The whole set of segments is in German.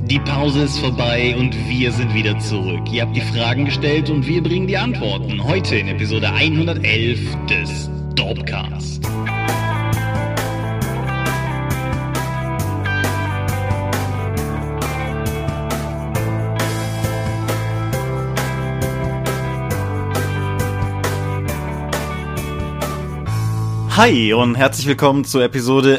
Die Pause ist vorbei und wir sind wieder zurück. Ihr habt die Fragen gestellt und wir bringen die Antworten. Heute in Episode 111 des Dorpcast. Hi und herzlich willkommen zur Episode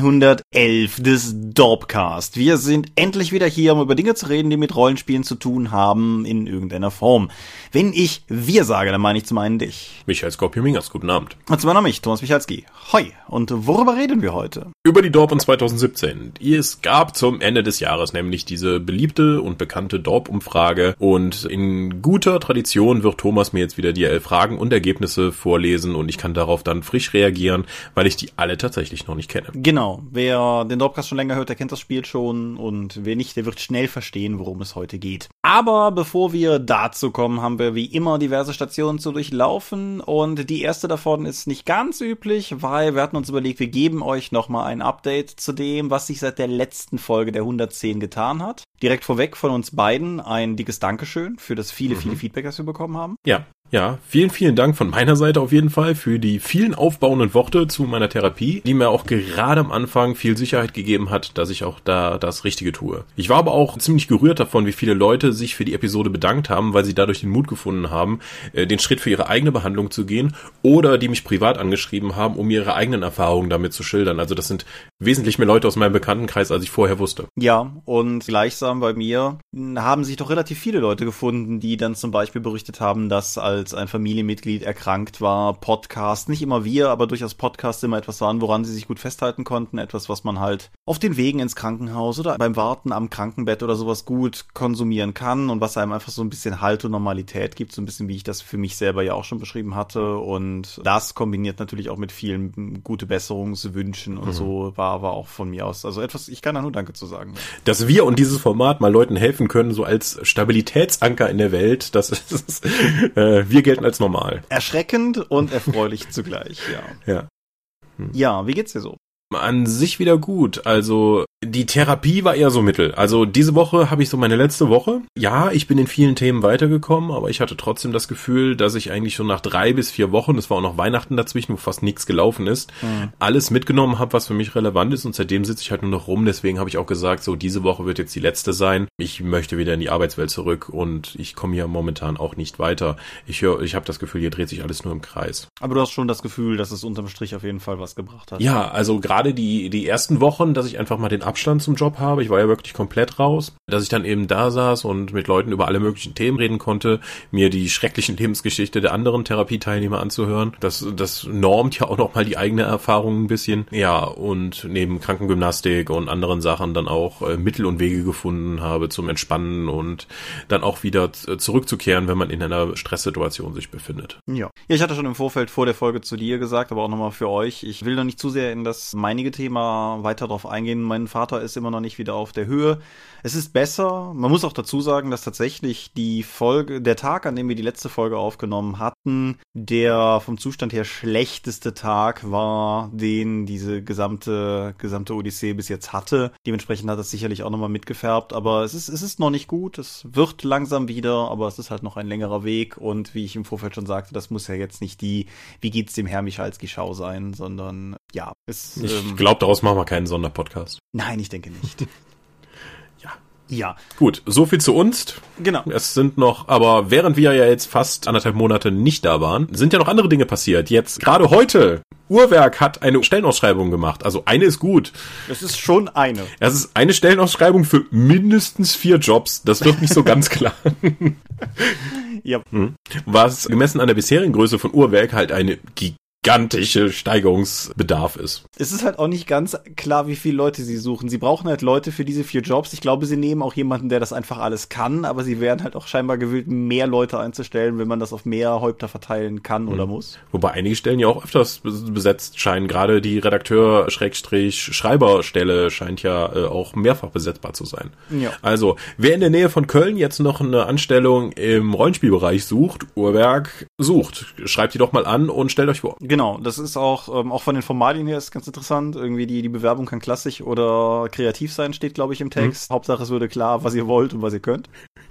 111 des Dorpcast. Wir sind endlich wieder hier, um über Dinge zu reden, die mit Rollenspielen zu tun haben, in irgendeiner Form. Wenn ich wir sage, dann meine ich zum einen dich. Michael Skorpion-Mingers, guten Abend. Und zum anderen mich, Thomas Michalski. Hoi. Und worüber reden wir heute? Über die Dorp in 2017. Es gab zum Ende des Jahres nämlich diese beliebte und bekannte Dorp-Umfrage und in guter Tradition wird Thomas mir jetzt wieder die 11 Fragen und Ergebnisse vorlesen und ich kann darauf dann frisch reagieren, weil ich die alle tatsächlich noch nicht kenne. Genau, wer den Dorpcast schon länger hört, der kennt das Spiel schon und wer nicht, der wird schnell verstehen, worum es heute geht. Aber bevor wir dazu kommen, haben wir wie immer diverse Stationen zu durchlaufen und die erste davon ist nicht ganz üblich, weil wir hatten uns überlegt, wir geben euch nochmal ein Update zu dem, was sich seit der letzten Folge der 110 getan hat. Direkt vorweg von uns beiden ein dickes Dankeschön für das viele Feedback, das wir bekommen haben. Ja, vielen Dank von meiner Seite auf jeden Fall für die vielen aufbauenden Worte zu meiner Therapie, die mir auch gerade am Anfang viel Sicherheit gegeben hat, dass ich auch da das Richtige tue. Ich war aber auch ziemlich gerührt davon, wie viele Leute sich für die Episode bedankt haben, weil sie dadurch den Mut gefunden haben, den Schritt für ihre eigene Behandlung zu gehen oder die mich privat angeschrieben haben, um ihre eigenen Erfahrungen damit zu schildern. Also das sind wesentlich mehr Leute aus meinem Bekanntenkreis, als ich vorher wusste. Ja, und gleichsam bei mir haben sich doch relativ viele Leute gefunden, die dann zum Beispiel berichtet haben, dass als ein Familienmitglied erkrankt war, Podcast, nicht immer wir, aber durchaus Podcasts immer etwas waren, woran sie sich gut festhalten konnten, etwas, was man halt auf den Wegen ins Krankenhaus oder beim Warten am Krankenbett oder sowas gut konsumieren kann und was einem einfach so ein bisschen Halt und Normalität gibt, so ein bisschen wie ich das für mich selber ja auch schon beschrieben hatte und das kombiniert natürlich auch mit vielen gute Besserungswünschen und so war auch von mir aus, also etwas, ich kann da nur Danke zu sagen. Dass wir und dieses Format mal Leuten helfen können, so als Stabilitätsanker in der Welt, das ist, wir gelten als normal. Erschreckend und erfreulich zugleich, ja. Ja, wie geht's dir so? An sich wieder gut, also die Therapie war eher so mittel. Also diese Woche habe ich so meine letzte Woche. Ja, ich bin in vielen Themen weitergekommen, aber ich hatte trotzdem das Gefühl, dass ich eigentlich schon nach 3 bis 4 Wochen, es war auch noch Weihnachten dazwischen, wo fast nichts gelaufen ist, alles mitgenommen habe, was für mich relevant ist und seitdem sitze ich halt nur noch rum. Deswegen habe ich auch gesagt, so diese Woche wird jetzt die letzte sein. Ich möchte wieder in die Arbeitswelt zurück und ich komme hier momentan auch nicht weiter. Ich habe das Gefühl, hier dreht sich alles nur im Kreis. Aber du hast schon das Gefühl, dass es unterm Strich auf jeden Fall was gebracht hat. Ja, also gerade die ersten Wochen, dass ich einfach mal den Abstand zum Job habe. Ich war ja wirklich komplett raus. Dass ich dann eben da saß und mit Leuten über alle möglichen Themen reden konnte, mir die schrecklichen Lebensgeschichte der anderen Therapieteilnehmer anzuhören. Das normt ja auch noch mal die eigene Erfahrung ein bisschen. Ja, und neben Krankengymnastik und anderen Sachen dann auch Mittel und Wege gefunden habe zum Entspannen und dann auch wieder zurückzukehren, wenn man in einer Stresssituation sich befindet. Ja, ich hatte schon im Vorfeld vor der Folge zu dir gesagt, aber auch nochmal für euch. Ich will noch nicht zu sehr in das meinige Thema weiter drauf eingehen. Mein Vater ist immer noch nicht wieder auf der Höhe. Es ist besser. Man muss auch dazu sagen, dass tatsächlich der Tag, an dem wir die letzte Folge aufgenommen hatten, der vom Zustand her schlechteste Tag war, den diese gesamte Odyssee bis jetzt hatte. Dementsprechend hat das sicherlich auch nochmal mitgefärbt, aber es ist noch nicht gut. Es wird langsam wieder, aber es ist halt noch ein längerer Weg und wie ich im Vorfeld schon sagte, das muss ja jetzt nicht wie geht's dem Herrn Michalski-Schau sein, sondern ja. Ich glaube, daraus machen wir keinen Sonderpodcast. Nein, ich denke nicht. Ja. Gut, so viel zu uns. Genau. Es sind noch, aber während wir ja jetzt fast 1,5 Monate nicht da waren, sind ja noch andere Dinge passiert. Jetzt, gerade heute, Uhrwerk hat eine Stellenausschreibung gemacht. Also eine ist gut. Es ist schon eine. Es ist eine Stellenausschreibung für mindestens 4 Jobs. Das wird nicht so ganz klar. Ja. Was gemessen an der bisherigen Größe von Uhrwerk halt eine gigantische Steigerungsbedarf ist. Es ist halt auch nicht ganz klar, wie viele Leute sie suchen. Sie brauchen halt Leute für diese 4 Jobs. Ich glaube, sie nehmen auch jemanden, der das einfach alles kann, aber sie wären halt auch scheinbar gewillt, mehr Leute einzustellen, wenn man das auf mehr Häupter verteilen kann oder muss. Wobei einige Stellen ja auch öfters besetzt scheinen. Gerade die Redakteur-Schreiberstelle scheint ja auch mehrfach besetzbar zu sein. Ja. Also, wer in der Nähe von Köln jetzt noch eine Anstellung im Rollenspielbereich sucht, Uhrwerk sucht, schreibt die doch mal an und stellt euch vor. Genau, das ist auch von den Formalien her ist ganz interessant. Irgendwie die Bewerbung kann klassisch oder kreativ sein, steht, glaube ich, im Text. Hauptsache, es würde klar, was ihr wollt und was ihr könnt.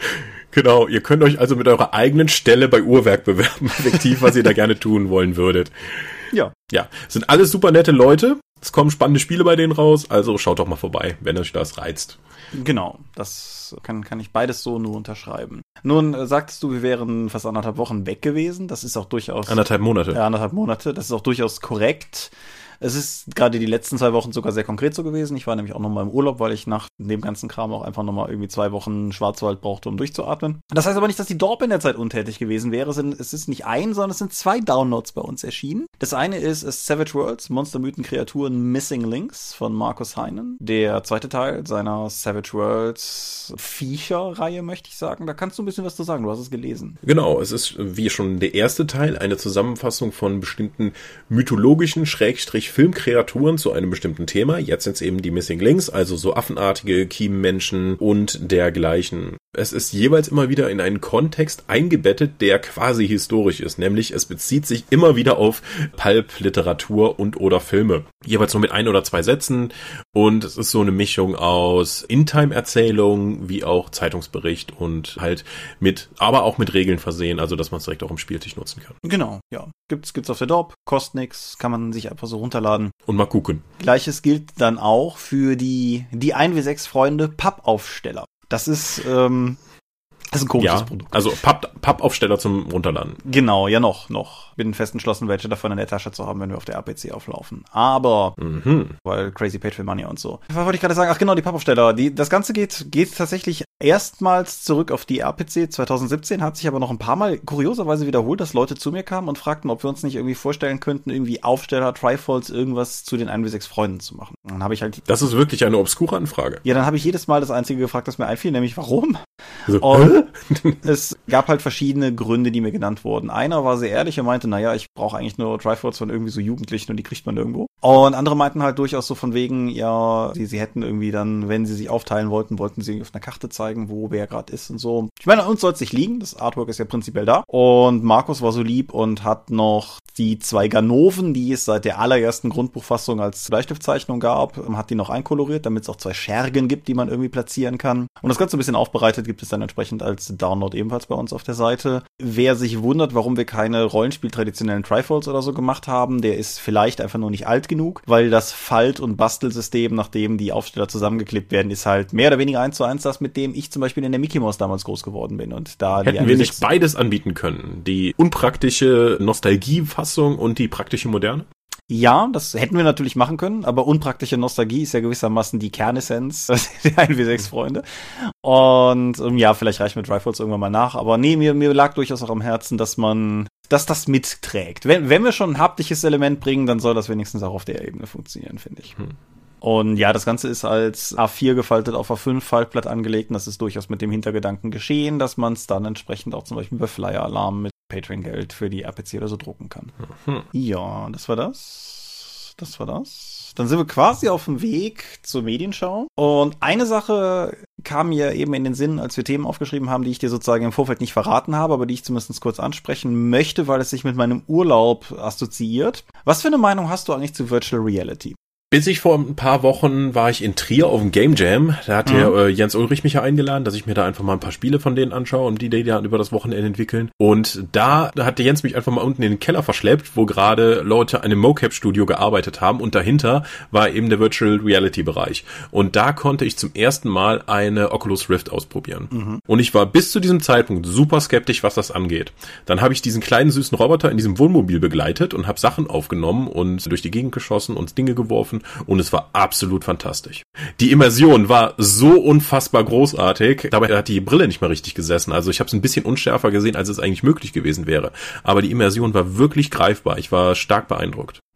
Genau, ihr könnt euch also mit eurer eigenen Stelle bei Uhrwerk bewerben, effektiv, was ihr da gerne tun wollen würdet. Ja. Ja, sind alles super nette Leute. Es kommen spannende Spiele bei denen raus, also schaut doch mal vorbei, wenn euch das reizt. Genau, das kann ich beides so nur unterschreiben. Nun sagtest du, wir wären fast 1,5 Wochen weg gewesen. Das ist auch durchaus... 1,5 Monate. Ja, 1,5 Monate. Das ist auch durchaus korrekt. Es ist gerade die letzten 2 Wochen sogar sehr konkret so gewesen. Ich war nämlich auch nochmal im Urlaub, weil ich nach dem ganzen Kram auch einfach nochmal irgendwie 2 Wochen Schwarzwald brauchte, um durchzuatmen. Das heißt aber nicht, dass die Dorp in der Zeit untätig gewesen wäre. Es ist nicht ein, sondern es sind 2 Downloads bei uns erschienen. Das eine ist Savage Worlds, Monster, Mythen, Kreaturen, Missing Links von Markus Heinen. Der zweite Teil seiner Savage Worlds Viecher-Reihe, möchte ich sagen. Da kannst du ein bisschen was zu sagen. Du hast es gelesen. Genau, es ist wie schon der erste Teil eine Zusammenfassung von bestimmten mythologischen Filmkreaturen zu einem bestimmten Thema. Jetzt sind es eben die Missing Links, also so affenartige Kiemenmenschen und dergleichen. Es ist jeweils immer wieder in einen Kontext eingebettet, der quasi historisch ist, nämlich es bezieht sich immer wieder auf Pulp-Literatur und oder Filme. Jeweils nur mit 1 oder 2 Sätzen und es ist so eine Mischung aus In-Time-Erzählung wie auch Zeitungsbericht und halt aber auch mit Regeln versehen, also dass man es direkt auch im Spieltisch nutzen kann. Genau, ja. Gibt's auf der Dorp, kostet nix, kann man sich einfach so runterladen. Und mal gucken. Gleiches gilt dann auch für die 1W6 Freunde Pappaufsteller. Das ist ein komisches Produkt. Also Pappaufsteller zum Runterladen. Genau, ja noch. Bin fest entschlossen, welche davon in der Tasche zu haben, wenn wir auf der RPC auflaufen. Aber, weil Crazy Paid for Money und so. Was wollte ich gerade sagen? Ach genau, die Pappaufsteller. Das Ganze geht tatsächlich erstmals zurück auf die RPC 2017, hat sich aber noch ein paar Mal kurioserweise wiederholt, dass Leute zu mir kamen und fragten, ob wir uns nicht irgendwie vorstellen könnten, irgendwie Aufsteller, Trifolds, irgendwas zu den 1W6 Freunden zu machen. Dann habe ich halt... Das ist wirklich eine obskure Anfrage. Ja, dann habe ich jedes Mal das Einzige gefragt, das mir einfiel, nämlich warum? So, und es gab halt verschiedene Gründe, die mir genannt wurden. Einer war sehr ehrlich und meinte, naja, ich brauche eigentlich nur Trifolds von irgendwie so Jugendlichen und die kriegt man irgendwo. Und andere meinten halt durchaus so von wegen, ja, sie hätten irgendwie dann, wenn sie sich aufteilen wollten sie auf einer Karte zeigen, wo wer gerade ist und so. Ich meine, an uns soll es nicht liegen, das Artwork ist ja prinzipiell da. Und Markus war so lieb und hat noch die 2 Ganoven, die es seit der allerersten Grundbuchfassung als Bleistiftzeichnung gab, hat die noch einkoloriert, damit es auch 2 Schergen gibt, die man irgendwie platzieren kann. Und das Ganze ein bisschen aufbereitet gibt es dann entsprechend als Download ebenfalls bei uns auf der Seite. Wer sich wundert, warum wir keine Rollenspiel-traditionellen Trifolds oder so gemacht haben, der ist vielleicht einfach nur nicht alt genug, weil das Falt- und Bastelsystem, nachdem die Aufsteller zusammengeklebt werden, ist halt mehr oder weniger 1:1 das, mit dem ich zum Beispiel in der Mickey Mouse damals groß geworden bin. Und da hätten wir nicht beides anbieten können? Die unpraktische Nostalgiefassung und die praktische Moderne? Ja, das hätten wir natürlich machen können, aber unpraktische Nostalgie ist ja gewissermaßen die Kernessenz der 1W6 Freunde. Und ja, vielleicht reicht mit Trifolds irgendwann mal nach, aber nee, mir lag durchaus auch am Herzen, dass das mitträgt. Wenn wir schon ein haptisches Element bringen, dann soll das wenigstens auch auf der Ebene funktionieren, finde ich. Und ja, das Ganze ist als A4 gefaltet auf A5 Faltblatt angelegt und das ist durchaus mit dem Hintergedanken geschehen, dass man es dann entsprechend auch zum Beispiel bei Flyer-Alarm mit Patreon-Geld für die RPC oder so drucken kann. Ja, das war das. Dann sind wir quasi auf dem Weg zur Medienschau. Und eine Sache kam mir eben in den Sinn, als wir Themen aufgeschrieben haben, die ich dir sozusagen im Vorfeld nicht verraten habe, aber die ich zumindest kurz ansprechen möchte, weil es sich mit meinem Urlaub assoziiert. Was für eine Meinung hast du eigentlich zu Virtual Reality? Bis ich vor ein paar Wochen war ich in Trier auf dem Game Jam. Da hat der Jens Ulrich mich ja eingeladen, dass ich mir da einfach mal ein paar Spiele von denen anschaue und die dann über das Wochenende entwickeln. Und da hat der Jens mich einfach mal unten in den Keller verschleppt, wo gerade Leute an einem Mocap-Studio gearbeitet haben und dahinter war eben der Virtual Reality Bereich. Und da konnte ich zum ersten Mal eine Oculus Rift ausprobieren. Und ich war bis zu diesem Zeitpunkt super skeptisch, was das angeht. Dann habe ich diesen kleinen süßen Roboter in diesem Wohnmobil begleitet und habe Sachen aufgenommen und durch die Gegend geschossen und Dinge geworfen. Und es war absolut fantastisch. Die Immersion war so unfassbar großartig. Dabei hat die Brille nicht mal richtig gesessen. Also ich habe es ein bisschen unschärfer gesehen, als es eigentlich möglich gewesen wäre. Aber die Immersion war wirklich greifbar. Ich war stark beeindruckt.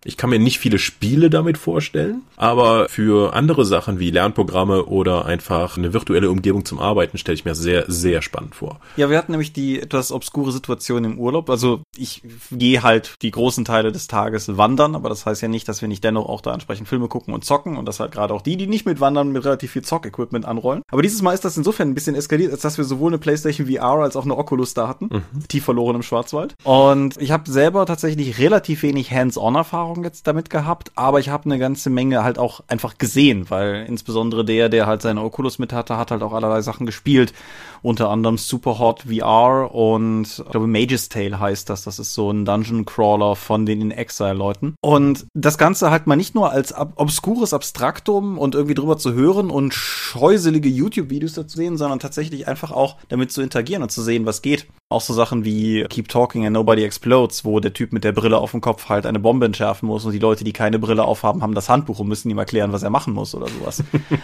Ich kann mir nicht viele Spiele damit vorstellen, aber für andere Sachen wie Lernprogramme oder einfach eine virtuelle Umgebung zum Arbeiten stelle ich mir sehr, sehr spannend vor. Ja, wir hatten nämlich die etwas obskure Situation im Urlaub. Also ich gehe halt die großen Teile des Tages wandern, aber das heißt ja nicht, dass wir nicht dennoch auch da entsprechend Filme gucken und zocken und das halt gerade auch die nicht mit wandern, mit relativ viel Zock-Equipment anrollen. Aber dieses Mal ist das insofern ein bisschen eskaliert, als dass wir sowohl eine PlayStation VR als auch eine Oculus da hatten, tief verloren im Schwarzwald. Und ich habe selber tatsächlich relativ wenig Hands-on-Erfahrung jetzt damit gehabt, aber ich habe eine ganze Menge halt auch einfach gesehen, weil insbesondere der halt seine Oculus mit hatte, hat halt auch allerlei Sachen gespielt. Unter anderem Superhot VR und ich glaube Mage's Tale heißt das. Das ist so ein Dungeon Crawler von den In Exile-Leuten. Und das Ganze halt mal nicht nur als obskures Abstraktum und irgendwie drüber zu hören und scheuselige YouTube-Videos dazu sehen, sondern tatsächlich einfach auch damit zu interagieren und zu sehen, was geht. Auch so Sachen wie Keep Talking and Nobody Explodes, wo der Typ mit der Brille auf dem Kopf halt eine Bombe entschärfen muss und die Leute, die keine Brille aufhaben, haben das Handbuch und müssen ihm erklären, was er machen muss oder sowas.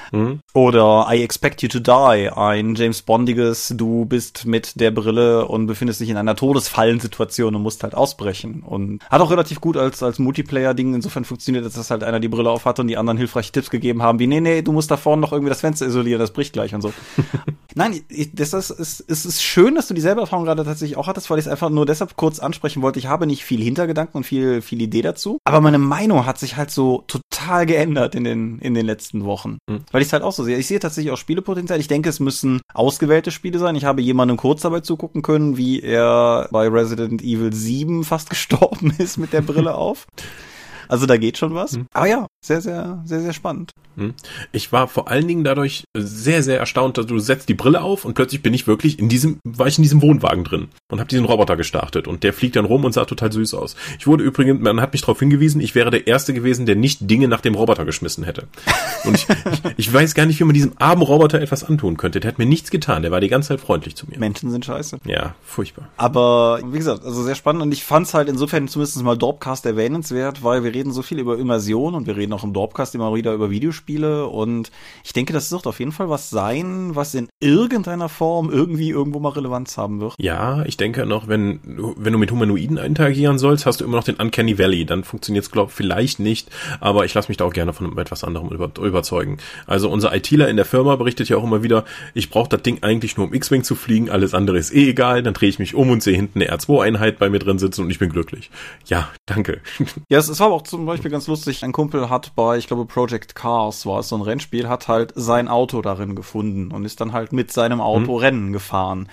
Oder I Expect You to Die, ein James Bondiges, du bist mit der Brille und befindest dich in einer Todesfallensituation und musst halt ausbrechen. Und hat auch relativ gut als Multiplayer-Ding insofern funktioniert, dass halt einer die Brille auf hat und die anderen hilfreiche Tipps gegeben haben, wie nee, du musst da vorne noch irgendwie das Fenster isolieren, das bricht gleich und so. Nein, es ist schön, dass du dieselbe Erfahrung gerade tatsächlich auch hattest, weil ich es einfach nur deshalb kurz ansprechen wollte. Ich habe nicht viel Hintergedanken und viel Idee dazu, aber meine Meinung hat sich halt so total geändert in den letzten Wochen. Weil ich es halt auch so sehe. Ich sehe tatsächlich auch Spielepotenzial. Ich denke, es müssen ausgewählte Spiele sein. Ich habe jemandem kurz dabei zugucken können, wie er bei Resident Evil 7 fast gestorben ist mit der Brille auf. Also da geht schon was. Aber ja, sehr, sehr, sehr, sehr spannend. Ich war vor allen Dingen dadurch sehr, sehr erstaunt, dass du setzt die Brille auf und plötzlich bin ich wirklich in diesem Wohnwagen drin und habe diesen Roboter gestartet und der fliegt dann rum und sah total süß aus. Ich wurde übrigens, man hat mich darauf hingewiesen, ich wäre der Erste gewesen, der nicht Dinge nach dem Roboter geschmissen hätte. Und ich weiß gar nicht, wie man diesem armen Roboter etwas antun könnte. Der hat mir nichts getan, der war die ganze Zeit freundlich zu mir. Menschen sind scheiße. Ja, furchtbar. Aber wie gesagt, also sehr spannend und ich fand es halt insofern zumindest mal Dorpcast erwähnenswert, weil wir reden so viel über Immersion und wir reden auch im Dorpcast immer wieder über Videospiele und ich denke, das wird auf jeden Fall was sein, was in irgendeiner Form irgendwie irgendwo mal Relevanz haben wird. Ja, ich denke noch, wenn du mit Humanoiden interagieren sollst, hast du immer noch den Uncanny Valley. Dann funktioniert es, glaube ich, vielleicht nicht, aber ich lasse mich da auch gerne von etwas anderem überzeugen. Also unser ITler in der Firma berichtet ja auch immer wieder, ich brauche das Ding eigentlich nur um X-Wing zu fliegen, alles andere ist eh egal, dann drehe ich mich um und sehe hinten eine R2-Einheit bei mir drin sitzen und ich bin glücklich. Ja, danke. Ja, es war aber auch zum Beispiel ganz lustig, ein Kumpel hat bei, ich glaube, Project Cars war es so ein Rennspiel, hat halt sein Auto darin gefunden und ist dann halt mit seinem Auto Rennen gefahren.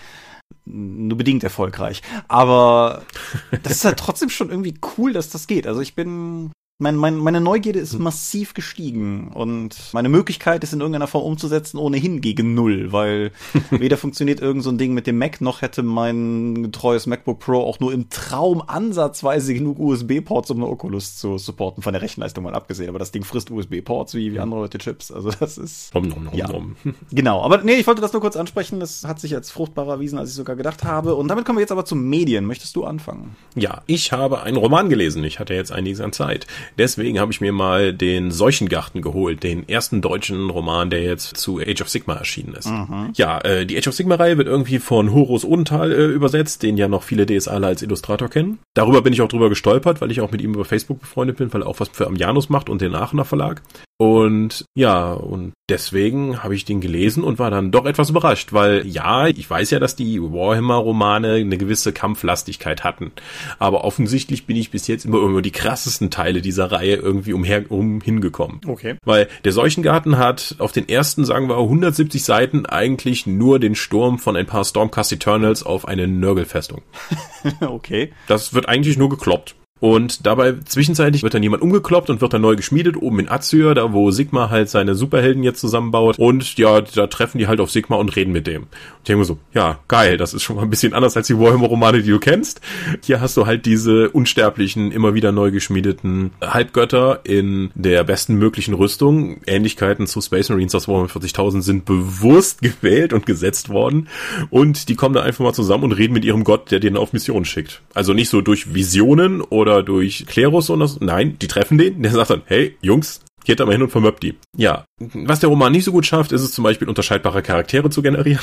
Nur bedingt erfolgreich. Aber das ist halt trotzdem schon irgendwie cool, dass das geht. Also ich bin... Meine Neugierde ist massiv gestiegen und meine Möglichkeit, es in irgendeiner Form umzusetzen, ohnehin gegen 0, weil weder funktioniert irgend so ein Ding mit dem Mac, noch hätte mein treues MacBook Pro auch nur im Traum ansatzweise genug USB-Ports, um eine Oculus zu supporten, von der Rechenleistung mal abgesehen. Aber das Ding frisst USB-Ports wie andere Leute Chips. Also das ist... Ja. Genau, aber nee, ich wollte das nur kurz ansprechen. Das hat sich als fruchtbarer erwiesen, als ich sogar gedacht habe. Und damit kommen wir jetzt aber zu Medien. Möchtest du anfangen? Ja, ich habe einen Roman gelesen. Ich hatte jetzt einiges an Zeit. Deswegen habe ich mir mal den Seuchengarten geholt, den ersten deutschen Roman, der jetzt zu Age of Sigmar erschienen ist. Ja, die Age of Sigmar-Reihe wird irgendwie von Horus Odenthal übersetzt, den ja noch viele DSAler als Illustrator kennen. Darüber bin ich auch drüber gestolpert, weil ich auch mit ihm über Facebook befreundet bin, weil er auch was für Amjanus macht und den Aachener Verlag. Und ja, und deswegen habe ich den gelesen und war dann doch etwas überrascht, weil ja, ich weiß ja, dass die Warhammer-Romane eine gewisse Kampflastigkeit hatten. Aber offensichtlich bin ich bis jetzt immer über die krassesten Teile dieser Reihe irgendwie hingekommen. Okay. Weil der Seuchengarten hat auf den ersten, sagen wir, 170 Seiten eigentlich nur den Sturm von ein paar Stormcast Eternals auf eine Nörgelfestung. Okay. Das wird eigentlich nur gekloppt. Und dabei zwischenzeitlich wird dann jemand umgekloppt und wird dann neu geschmiedet, oben in Azure, da wo Sigmar halt seine Superhelden jetzt zusammenbaut. Und ja, da treffen die halt auf Sigmar und reden mit dem. Und ich denke mir so, ja, geil, das ist schon mal ein bisschen anders als die Warhammer-Romane, die du kennst. Hier hast du halt diese unsterblichen, immer wieder neu geschmiedeten Halbgötter in der besten möglichen Rüstung. Ähnlichkeiten zu Space Marines aus Warhammer 40.000 sind bewusst gewählt und gesetzt worden. Und die kommen da einfach mal zusammen und reden mit ihrem Gott, der den auf Mission schickt. Also nicht so durch Visionen oder durch Klerus oder so. Nein, die treffen den. Der sagt dann, hey, Jungs, geht da mal hin und vermöppt die. Ja, was der Roman nicht so gut schafft, ist es zum Beispiel unterscheidbare Charaktere zu generieren.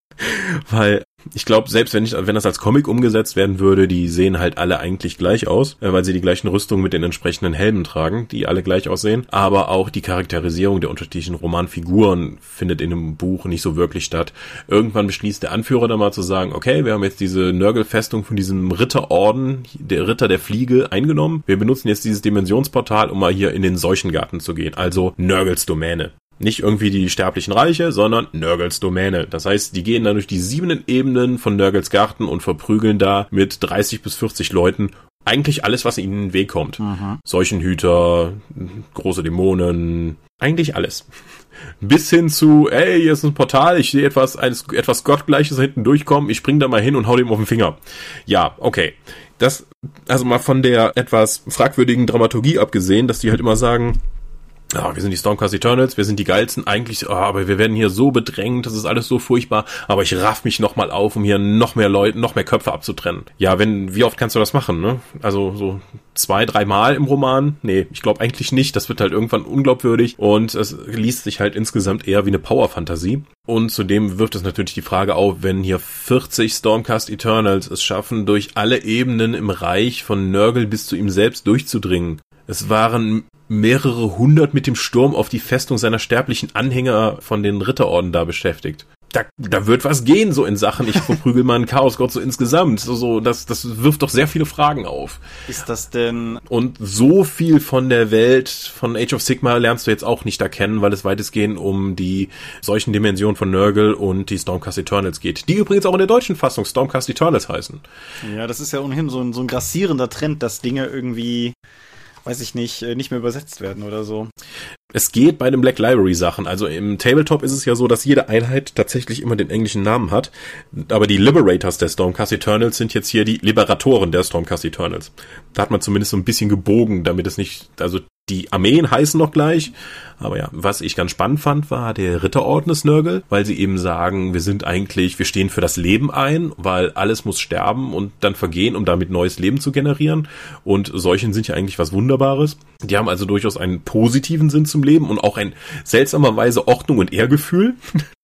Weil ich glaube, selbst wenn das als Comic umgesetzt werden würde, die sehen halt alle eigentlich gleich aus, weil sie die gleichen Rüstungen mit den entsprechenden Helmen tragen, die alle gleich aussehen. Aber auch die Charakterisierung der unterschiedlichen Romanfiguren findet in dem Buch nicht so wirklich statt. Irgendwann beschließt der Anführer dann mal zu sagen, okay, wir haben jetzt diese Nörgel-Festung von diesem Ritterorden, der Ritter der Fliege, eingenommen. Wir benutzen jetzt dieses Dimensionsportal, um mal hier in den Seuchengarten zu gehen. Also Nörgels Domäne. Nicht irgendwie die sterblichen Reiche, sondern Nörgels Domäne. Das heißt, die gehen dann durch die 7 Ebenen von Nörgels Garten und verprügeln da mit 30 bis 40 Leuten eigentlich alles, was ihnen in den Weg kommt. Seuchenhüter, große Dämonen, eigentlich alles. Bis hin zu, ey, hier ist ein Portal, ich sehe etwas Gottgleiches hinten durchkommen, ich spring da mal hin und hau dem auf den Finger. Ja, okay. Das, also mal von der etwas fragwürdigen Dramaturgie abgesehen, dass die halt immer sagen, ja, wir sind die Stormcast Eternals, wir sind die Geilsten, eigentlich, aber wir werden hier so bedrängt, das ist alles so furchtbar, aber ich raff mich nochmal auf, um hier noch mehr Leute, noch mehr Köpfe abzutrennen. Ja, wie oft kannst du das machen, ne? Also so 2-3 Mal im Roman? Nee, ich glaube eigentlich nicht, das wird halt irgendwann unglaubwürdig und es liest sich halt insgesamt eher wie eine Power-Fantasie. Und zudem wirft es natürlich die Frage auf, wenn hier 40 Stormcast Eternals es schaffen, durch alle Ebenen im Reich von Nörgel bis zu ihm selbst durchzudringen. Es waren mehrere hundert mit dem Sturm auf die Festung seiner sterblichen Anhänger von den Ritterorden da beschäftigt. Da wird was gehen, so in Sachen, ich verprügel mal einen Chaosgott so insgesamt. So, das wirft doch sehr viele Fragen auf. Ist das denn... Und so viel von der Welt von Age of Sigmar lernst du jetzt auch nicht erkennen, weil es weitestgehend um die solchen Dimensionen von Nörgel und die Stormcast Eternals geht. Die übrigens auch in der deutschen Fassung Stormcast Eternals heißen. Ja, das ist ja ohnehin so ein grassierender Trend, dass Dinge irgendwie... weiß ich nicht mehr übersetzt werden oder so. Es geht bei den Black Library Sachen. Also im Tabletop ist es ja so, dass jede Einheit tatsächlich immer den englischen Namen hat. Aber die Liberators der Stormcast Eternals sind jetzt hier die Liberatoren der Stormcast Eternals. Da hat man zumindest so ein bisschen gebogen, damit es nicht, also die Armeen heißen noch gleich, aber ja, was ich ganz spannend fand, war der Ritterorden des Nörgel, weil sie eben sagen, wir stehen für das Leben ein, weil alles muss sterben und dann vergehen, um damit neues Leben zu generieren und Seuchen sind ja eigentlich was Wunderbares. Die haben also durchaus einen positiven Sinn zum Leben und auch ein seltsamerweise Ordnung und Ehrgefühl.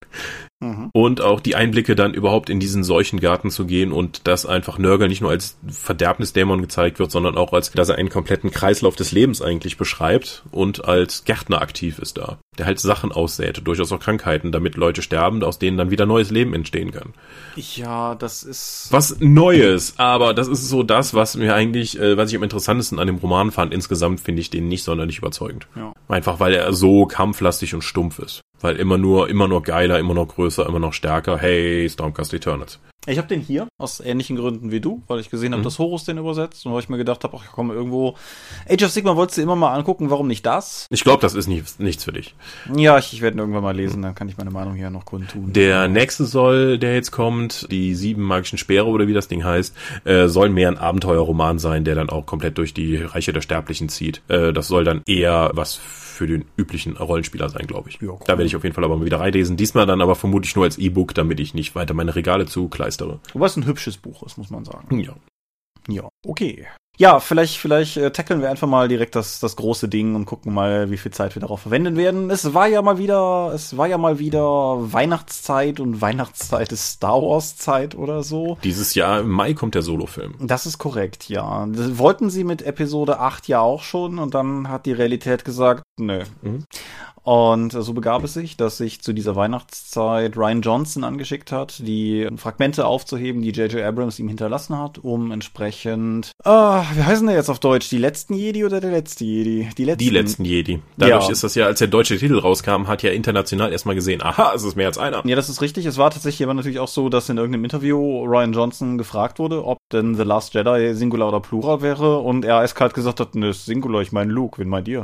Und auch die Einblicke dann überhaupt in diesen Seuchengarten zu gehen und dass einfach Nörgel nicht nur als Verderbnisdämon gezeigt wird, sondern auch als, dass er einen kompletten Kreislauf des Lebens eigentlich beschreibt und als Gärtner aktiv ist da. Der halt Sachen aussät, durchaus auch Krankheiten, damit Leute sterben, aus denen dann wieder neues Leben entstehen kann. Ja, das ist... was Neues, aber das ist so das, was mir eigentlich, was ich am interessantesten an dem Roman fand. Insgesamt finde ich den nicht sonderlich überzeugend. Ja. Einfach, weil er so kampflastig und stumpf ist. Weil immer nur geiler, immer noch größer, immer noch stärker. Hey, Stormcast Eternals. Ich habe den hier aus ähnlichen Gründen wie du, weil ich gesehen habe, dass Horus den übersetzt und weil ich mir gedacht habe, ach komm, irgendwo Age of Sigmar wolltest du immer mal angucken, warum nicht das? Ich glaube, das ist nichts für dich. Ja, ich werde ihn irgendwann mal lesen, dann kann ich meine Meinung hier noch kundtun. Der nächste der jetzt kommt, die 7 magischen Speere oder wie das Ding heißt, soll mehr ein Abenteuerroman sein, der dann auch komplett durch die Reiche der Sterblichen zieht. Das soll dann eher was für den üblichen Rollenspieler sein, glaube ich. Ja, cool. Da werde ich auf jeden Fall aber mal wieder reinlesen. Diesmal dann aber vermutlich nur als E-Book, damit ich nicht weiter meine Regale zukleistere. Wobei es ein hübsches Buch ist, muss man sagen. Ja. Ja, okay. Ja, vielleicht tackeln wir einfach mal direkt das große Ding und gucken mal, wie viel Zeit wir darauf verwenden werden. Es war ja mal wieder Weihnachtszeit und Weihnachtszeit ist Star Wars Zeit oder so. Dieses Jahr im Mai kommt der Solofilm. Das ist korrekt, ja. Das wollten sie mit Episode 8 ja auch schon und dann hat die Realität gesagt, nö. Und so begab es sich, dass sich zu dieser Weihnachtszeit Rian Johnson angeschickt hat, die Fragmente aufzuheben, die J.J. Abrams ihm hinterlassen hat, um entsprechend, wie heißen der jetzt auf Deutsch? Die letzten Jedi oder der letzte Jedi? Die letzten Jedi. Dadurch ist das ja, als der deutsche Titel rauskam, hat ja international erstmal gesehen, aha, es ist mehr als einer. Ja, das ist richtig. Es war tatsächlich aber natürlich auch so, dass in irgendeinem Interview Rian Johnson gefragt wurde, ob denn The Last Jedi Singular oder Plural wäre und er eiskalt gesagt hat, ne, Singular, ich meine Luke, wen meint ihr?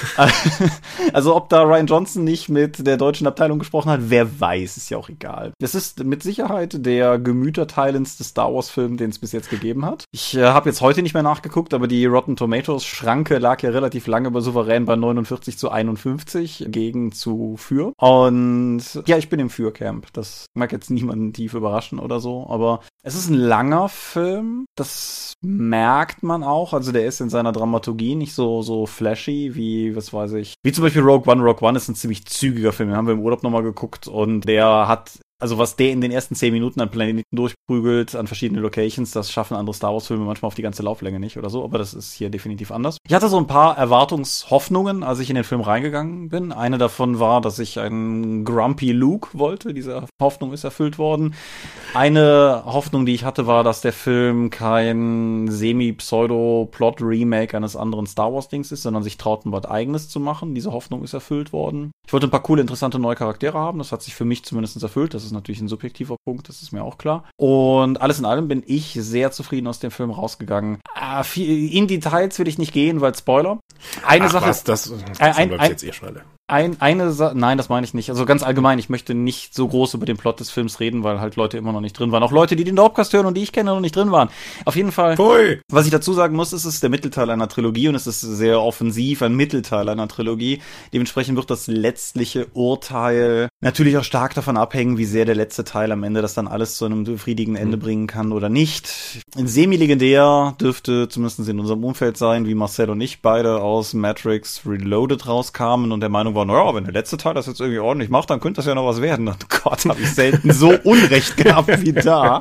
Also ob da Rian Johnson nicht mit der deutschen Abteilung gesprochen hat, wer weiß, ist ja auch egal. Es ist mit Sicherheit der gemüterteilendste Star Wars Film, den es bis jetzt gegeben hat. Ich habe jetzt heute nicht mehr nachgeguckt, aber die Rotten Tomatoes Schranke lag ja relativ lange bei souverän bei 49-51 gegen zu für. Und ja, ich bin im Für-Camp. Das mag jetzt niemanden tief überraschen oder so, aber es ist ein langer Film. Das merkt man auch. Also der ist in seiner Dramaturgie nicht so flashy wie, was weiß ich, wie zum Beispiel Rogue One. Rogue One ist ein ziemlich zügiger Film. Den haben wir im Urlaub nochmal geguckt und der hat also was der in den ersten 10 Minuten an Planeten durchprügelt, an verschiedenen Locations, das schaffen andere Star Wars-Filme manchmal auf die ganze Lauflänge nicht oder so, aber das ist hier definitiv anders. Ich hatte so ein paar Erwartungshoffnungen, als ich in den Film reingegangen bin. Eine davon war, dass ich einen Grumpy Luke wollte. Diese Hoffnung ist erfüllt worden. Eine Hoffnung, die ich hatte, war, dass der Film kein Semi-Pseudo-Plot-Remake eines anderen Star Wars-Dings ist, sondern sich traut, was Eigenes zu machen. Diese Hoffnung ist erfüllt worden. Ich wollte ein paar coole, interessante neue Charaktere haben. Das hat sich für mich zumindest erfüllt. Das ist natürlich ein subjektiver Punkt, das ist mir auch klar. Und alles in allem bin ich sehr zufrieden aus dem Film rausgegangen. In Details will ich nicht gehen, weil Spoiler. Eine Sache. Das läuft jetzt schneller. Nein, das meine ich nicht. Also ganz allgemein, ich möchte nicht so groß über den Plot des Films reden, weil halt Leute immer noch nicht drin waren. Auch Leute, die den Dorpcast hören und die ich kenne, noch nicht drin waren. Auf jeden Fall, Was ich dazu sagen muss, ist, es ist der Mittelteil einer Trilogie und es ist sehr offensiv ein Mittelteil einer Trilogie. Dementsprechend wird das letztliche Urteil natürlich auch stark davon abhängen, wie sehr der letzte Teil am Ende das dann alles zu einem befriedigenden Ende bringen kann oder nicht. Semi-legendär dürfte zumindest in unserem Umfeld sein, wie Marcel und ich beide aus Matrix Reloaded rauskamen und der Meinung war, naja, wenn der letzte Teil das jetzt irgendwie ordentlich macht, dann könnte das ja noch was werden. Oh Gott, habe ich selten so Unrecht gehabt wie da.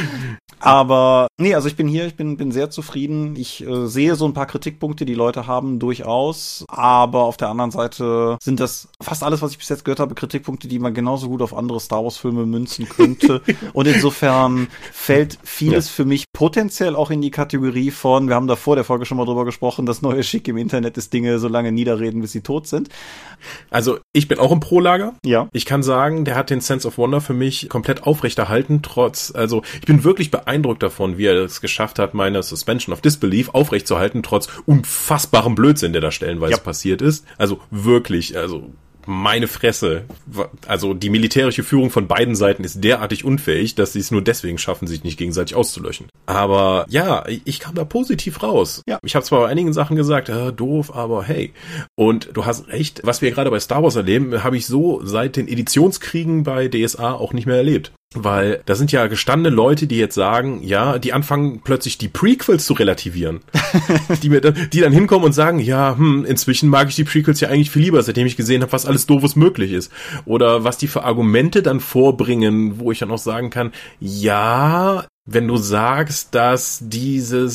Aber nee, also ich bin hier, ich bin sehr zufrieden. Ich sehe so ein paar Kritikpunkte, die Leute haben, durchaus. Aber auf der anderen Seite sind das fast alles, was ich bis jetzt gehört habe, Kritikpunkte, die man genauso gut auf andere Star Wars Filme münzen könnte. Und insofern fällt vieles für mich potenziell auch in die Kategorie von, wir haben da vor der Folge schon mal drüber gesprochen, das neue Schick im Internet ist Dinge so lange niederreden, bis sie tot sind. Also ich bin auch im Pro-Lager. Ja. Ich kann sagen, der hat den Sense of Wonder für mich komplett aufrechterhalten, also ich bin wirklich beeindruckt davon, wie er es geschafft hat, meine Suspension of Disbelief aufrechtzuerhalten, trotz unfassbarem Blödsinn, der da stellenweise passiert ist. Also wirklich, meine Fresse. Also die militärische Führung von beiden Seiten ist derartig unfähig, dass sie es nur deswegen schaffen, sich nicht gegenseitig auszulöschen. Aber ja, ich kam da positiv raus. Ja. Ich habe zwar bei einigen Sachen gesagt, doof, aber hey. Und du hast recht, was wir gerade bei Star Wars erleben, habe ich so seit den Editionskriegen bei DSA auch nicht mehr erlebt. Weil da sind ja gestandene Leute, die jetzt sagen, ja, die anfangen plötzlich die Prequels zu relativieren. die dann hinkommen und sagen, ja, inzwischen mag ich die Prequels ja eigentlich viel lieber, seitdem ich gesehen habe, was alles Doofes möglich ist. Oder was die für Argumente dann vorbringen, wo ich dann auch sagen kann, ja, wenn du sagst, dass diese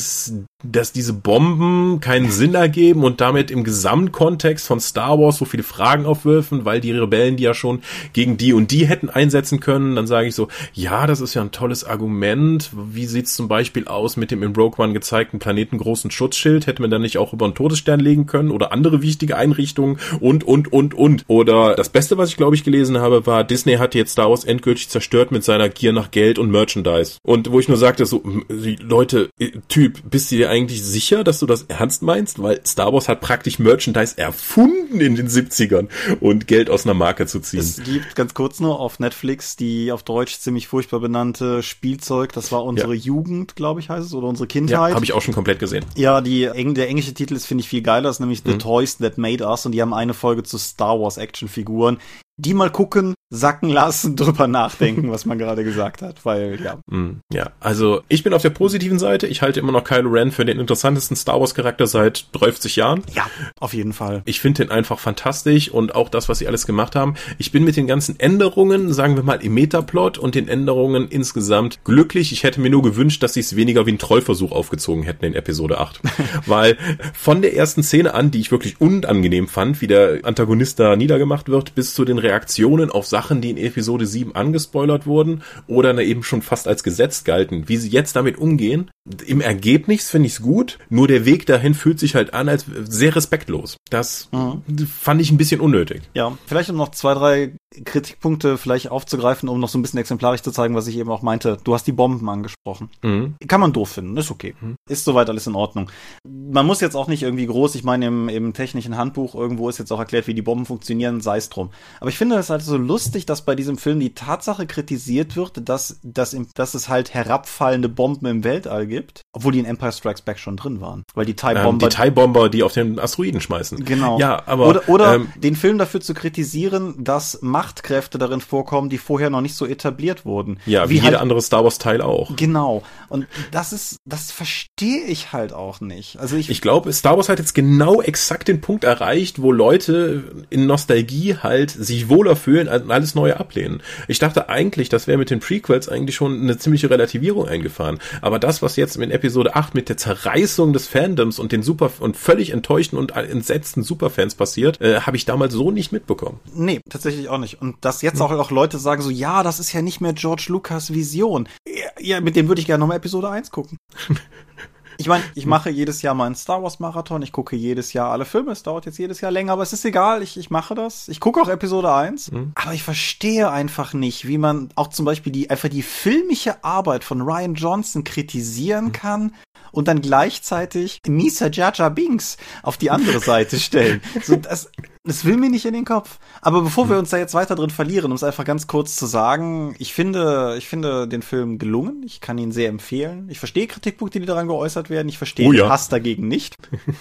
Bomben keinen Sinn ergeben und damit im Gesamtkontext von Star Wars so viele Fragen aufwerfen, weil die Rebellen die ja schon gegen die und die hätten einsetzen können, dann sage ich so, ja, das ist ja ein tolles Argument. Wie sieht's zum Beispiel aus mit dem in Rogue One gezeigten planetengroßen Schutzschild? Hätte man dann nicht auch über einen Todesstern legen können oder andere wichtige Einrichtungen und. Oder das Beste, was ich glaube ich gelesen habe, war, Disney hat jetzt Star Wars endgültig zerstört mit seiner Gier nach Geld und Merchandise. Und wo ich nur sagte, so, Leute, Typ, bist du dir eigentlich sicher, dass du das ernst meinst? Weil Star Wars hat praktisch Merchandise erfunden in den 70ern und Geld aus einer Marke zu ziehen. Es gibt ganz kurz nur auf Netflix die auf Deutsch ziemlich furchtbar benannte Spielzeug, das war unsere Jugend, glaube ich, heißt es, oder unsere Kindheit. Ja, habe ich auch schon komplett gesehen. Ja, der englische Titel ist, finde ich, viel geiler, ist nämlich The Toys That Made Us und die haben eine Folge zu Star Wars Actionfiguren. Die mal gucken, sacken lassen, drüber nachdenken, was man gerade gesagt hat, weil, ja. Ja, also ich bin auf der positiven Seite. Ich halte immer noch Kylo Ren für den interessantesten Star Wars Charakter seit 30 Jahren. Ja, auf jeden Fall. Ich finde den einfach fantastisch und auch das, was sie alles gemacht haben. Ich bin mit den ganzen Änderungen, sagen wir mal im Metaplot und den Änderungen insgesamt glücklich. Ich hätte mir nur gewünscht, dass sie es weniger wie ein Trollversuch aufgezogen hätten in Episode 8. Weil von der ersten Szene an, die ich wirklich unangenehm fand, wie der Antagonist da niedergemacht wird, bis zu den Reaktionen auf Sachen, die in Episode 7 angespoilert wurden oder eben schon fast als Gesetz galten, wie sie jetzt damit umgehen. Im Ergebnis finde ich es gut, nur der Weg dahin fühlt sich halt an als sehr respektlos. Das fand ich ein bisschen unnötig. Ja, vielleicht um noch 2, 3 Kritikpunkte vielleicht aufzugreifen, um noch so ein bisschen exemplarisch zu zeigen, was ich eben auch meinte. Du hast die Bomben angesprochen. Kann man doof finden, ist okay. Ist soweit alles in Ordnung. Man muss jetzt auch nicht irgendwie groß, ich meine im technischen Handbuch irgendwo ist jetzt auch erklärt, wie die Bomben funktionieren, sei es drum. Aber ich finde es halt so lustig, dass bei diesem Film die Tatsache kritisiert wird, dass es halt herabfallende Bomben im Weltall gibt, obwohl die in Empire Strikes Back schon drin waren. Weil die TIE-Bomber, die auf den Asteroiden schmeißen. Genau. Ja, aber oder den Film dafür zu kritisieren, dass Machtkräfte darin vorkommen, die vorher noch nicht so etabliert wurden. Ja, wie jeder andere Star Wars Teil auch. Genau. Und das verstehe ich halt auch nicht. Also ich glaube, Star Wars hat jetzt genau exakt den Punkt erreicht, wo Leute in Nostalgie halt sich wohler fühlen und alles Neue ablehnen. Ich dachte eigentlich, das wäre mit den Prequels eigentlich schon eine ziemliche Relativierung eingefahren. Aber das, was jetzt in Episode 8 mit der Zerreißung des Fandoms und den völlig enttäuschten und entsetzten Superfans passiert, habe ich damals so nicht mitbekommen. Nee, tatsächlich auch nicht. Und dass jetzt auch Leute sagen so, ja, das ist ja nicht mehr George Lucas Vision. Ja, mit dem würde ich gerne nochmal Episode 1 gucken. Ich meine, ich mache jedes Jahr mal einen Star Wars Marathon, ich gucke jedes Jahr alle Filme, es dauert jetzt jedes Jahr länger, aber es ist egal, ich mache das. Ich gucke auch Episode 1, aber ich verstehe einfach nicht, wie man auch zum Beispiel die filmische Arbeit von Rian Johnson kritisieren kann und dann gleichzeitig Misa Jar Jar Binks auf die andere Seite stellen. So, das will mir nicht in den Kopf. Aber bevor wir uns da jetzt weiter drin verlieren, um es einfach ganz kurz zu sagen, ich finde den Film gelungen. Ich kann ihn sehr empfehlen. Ich verstehe Kritikpunkte, die daran geäußert werden. Ich verstehe den Hass dagegen nicht.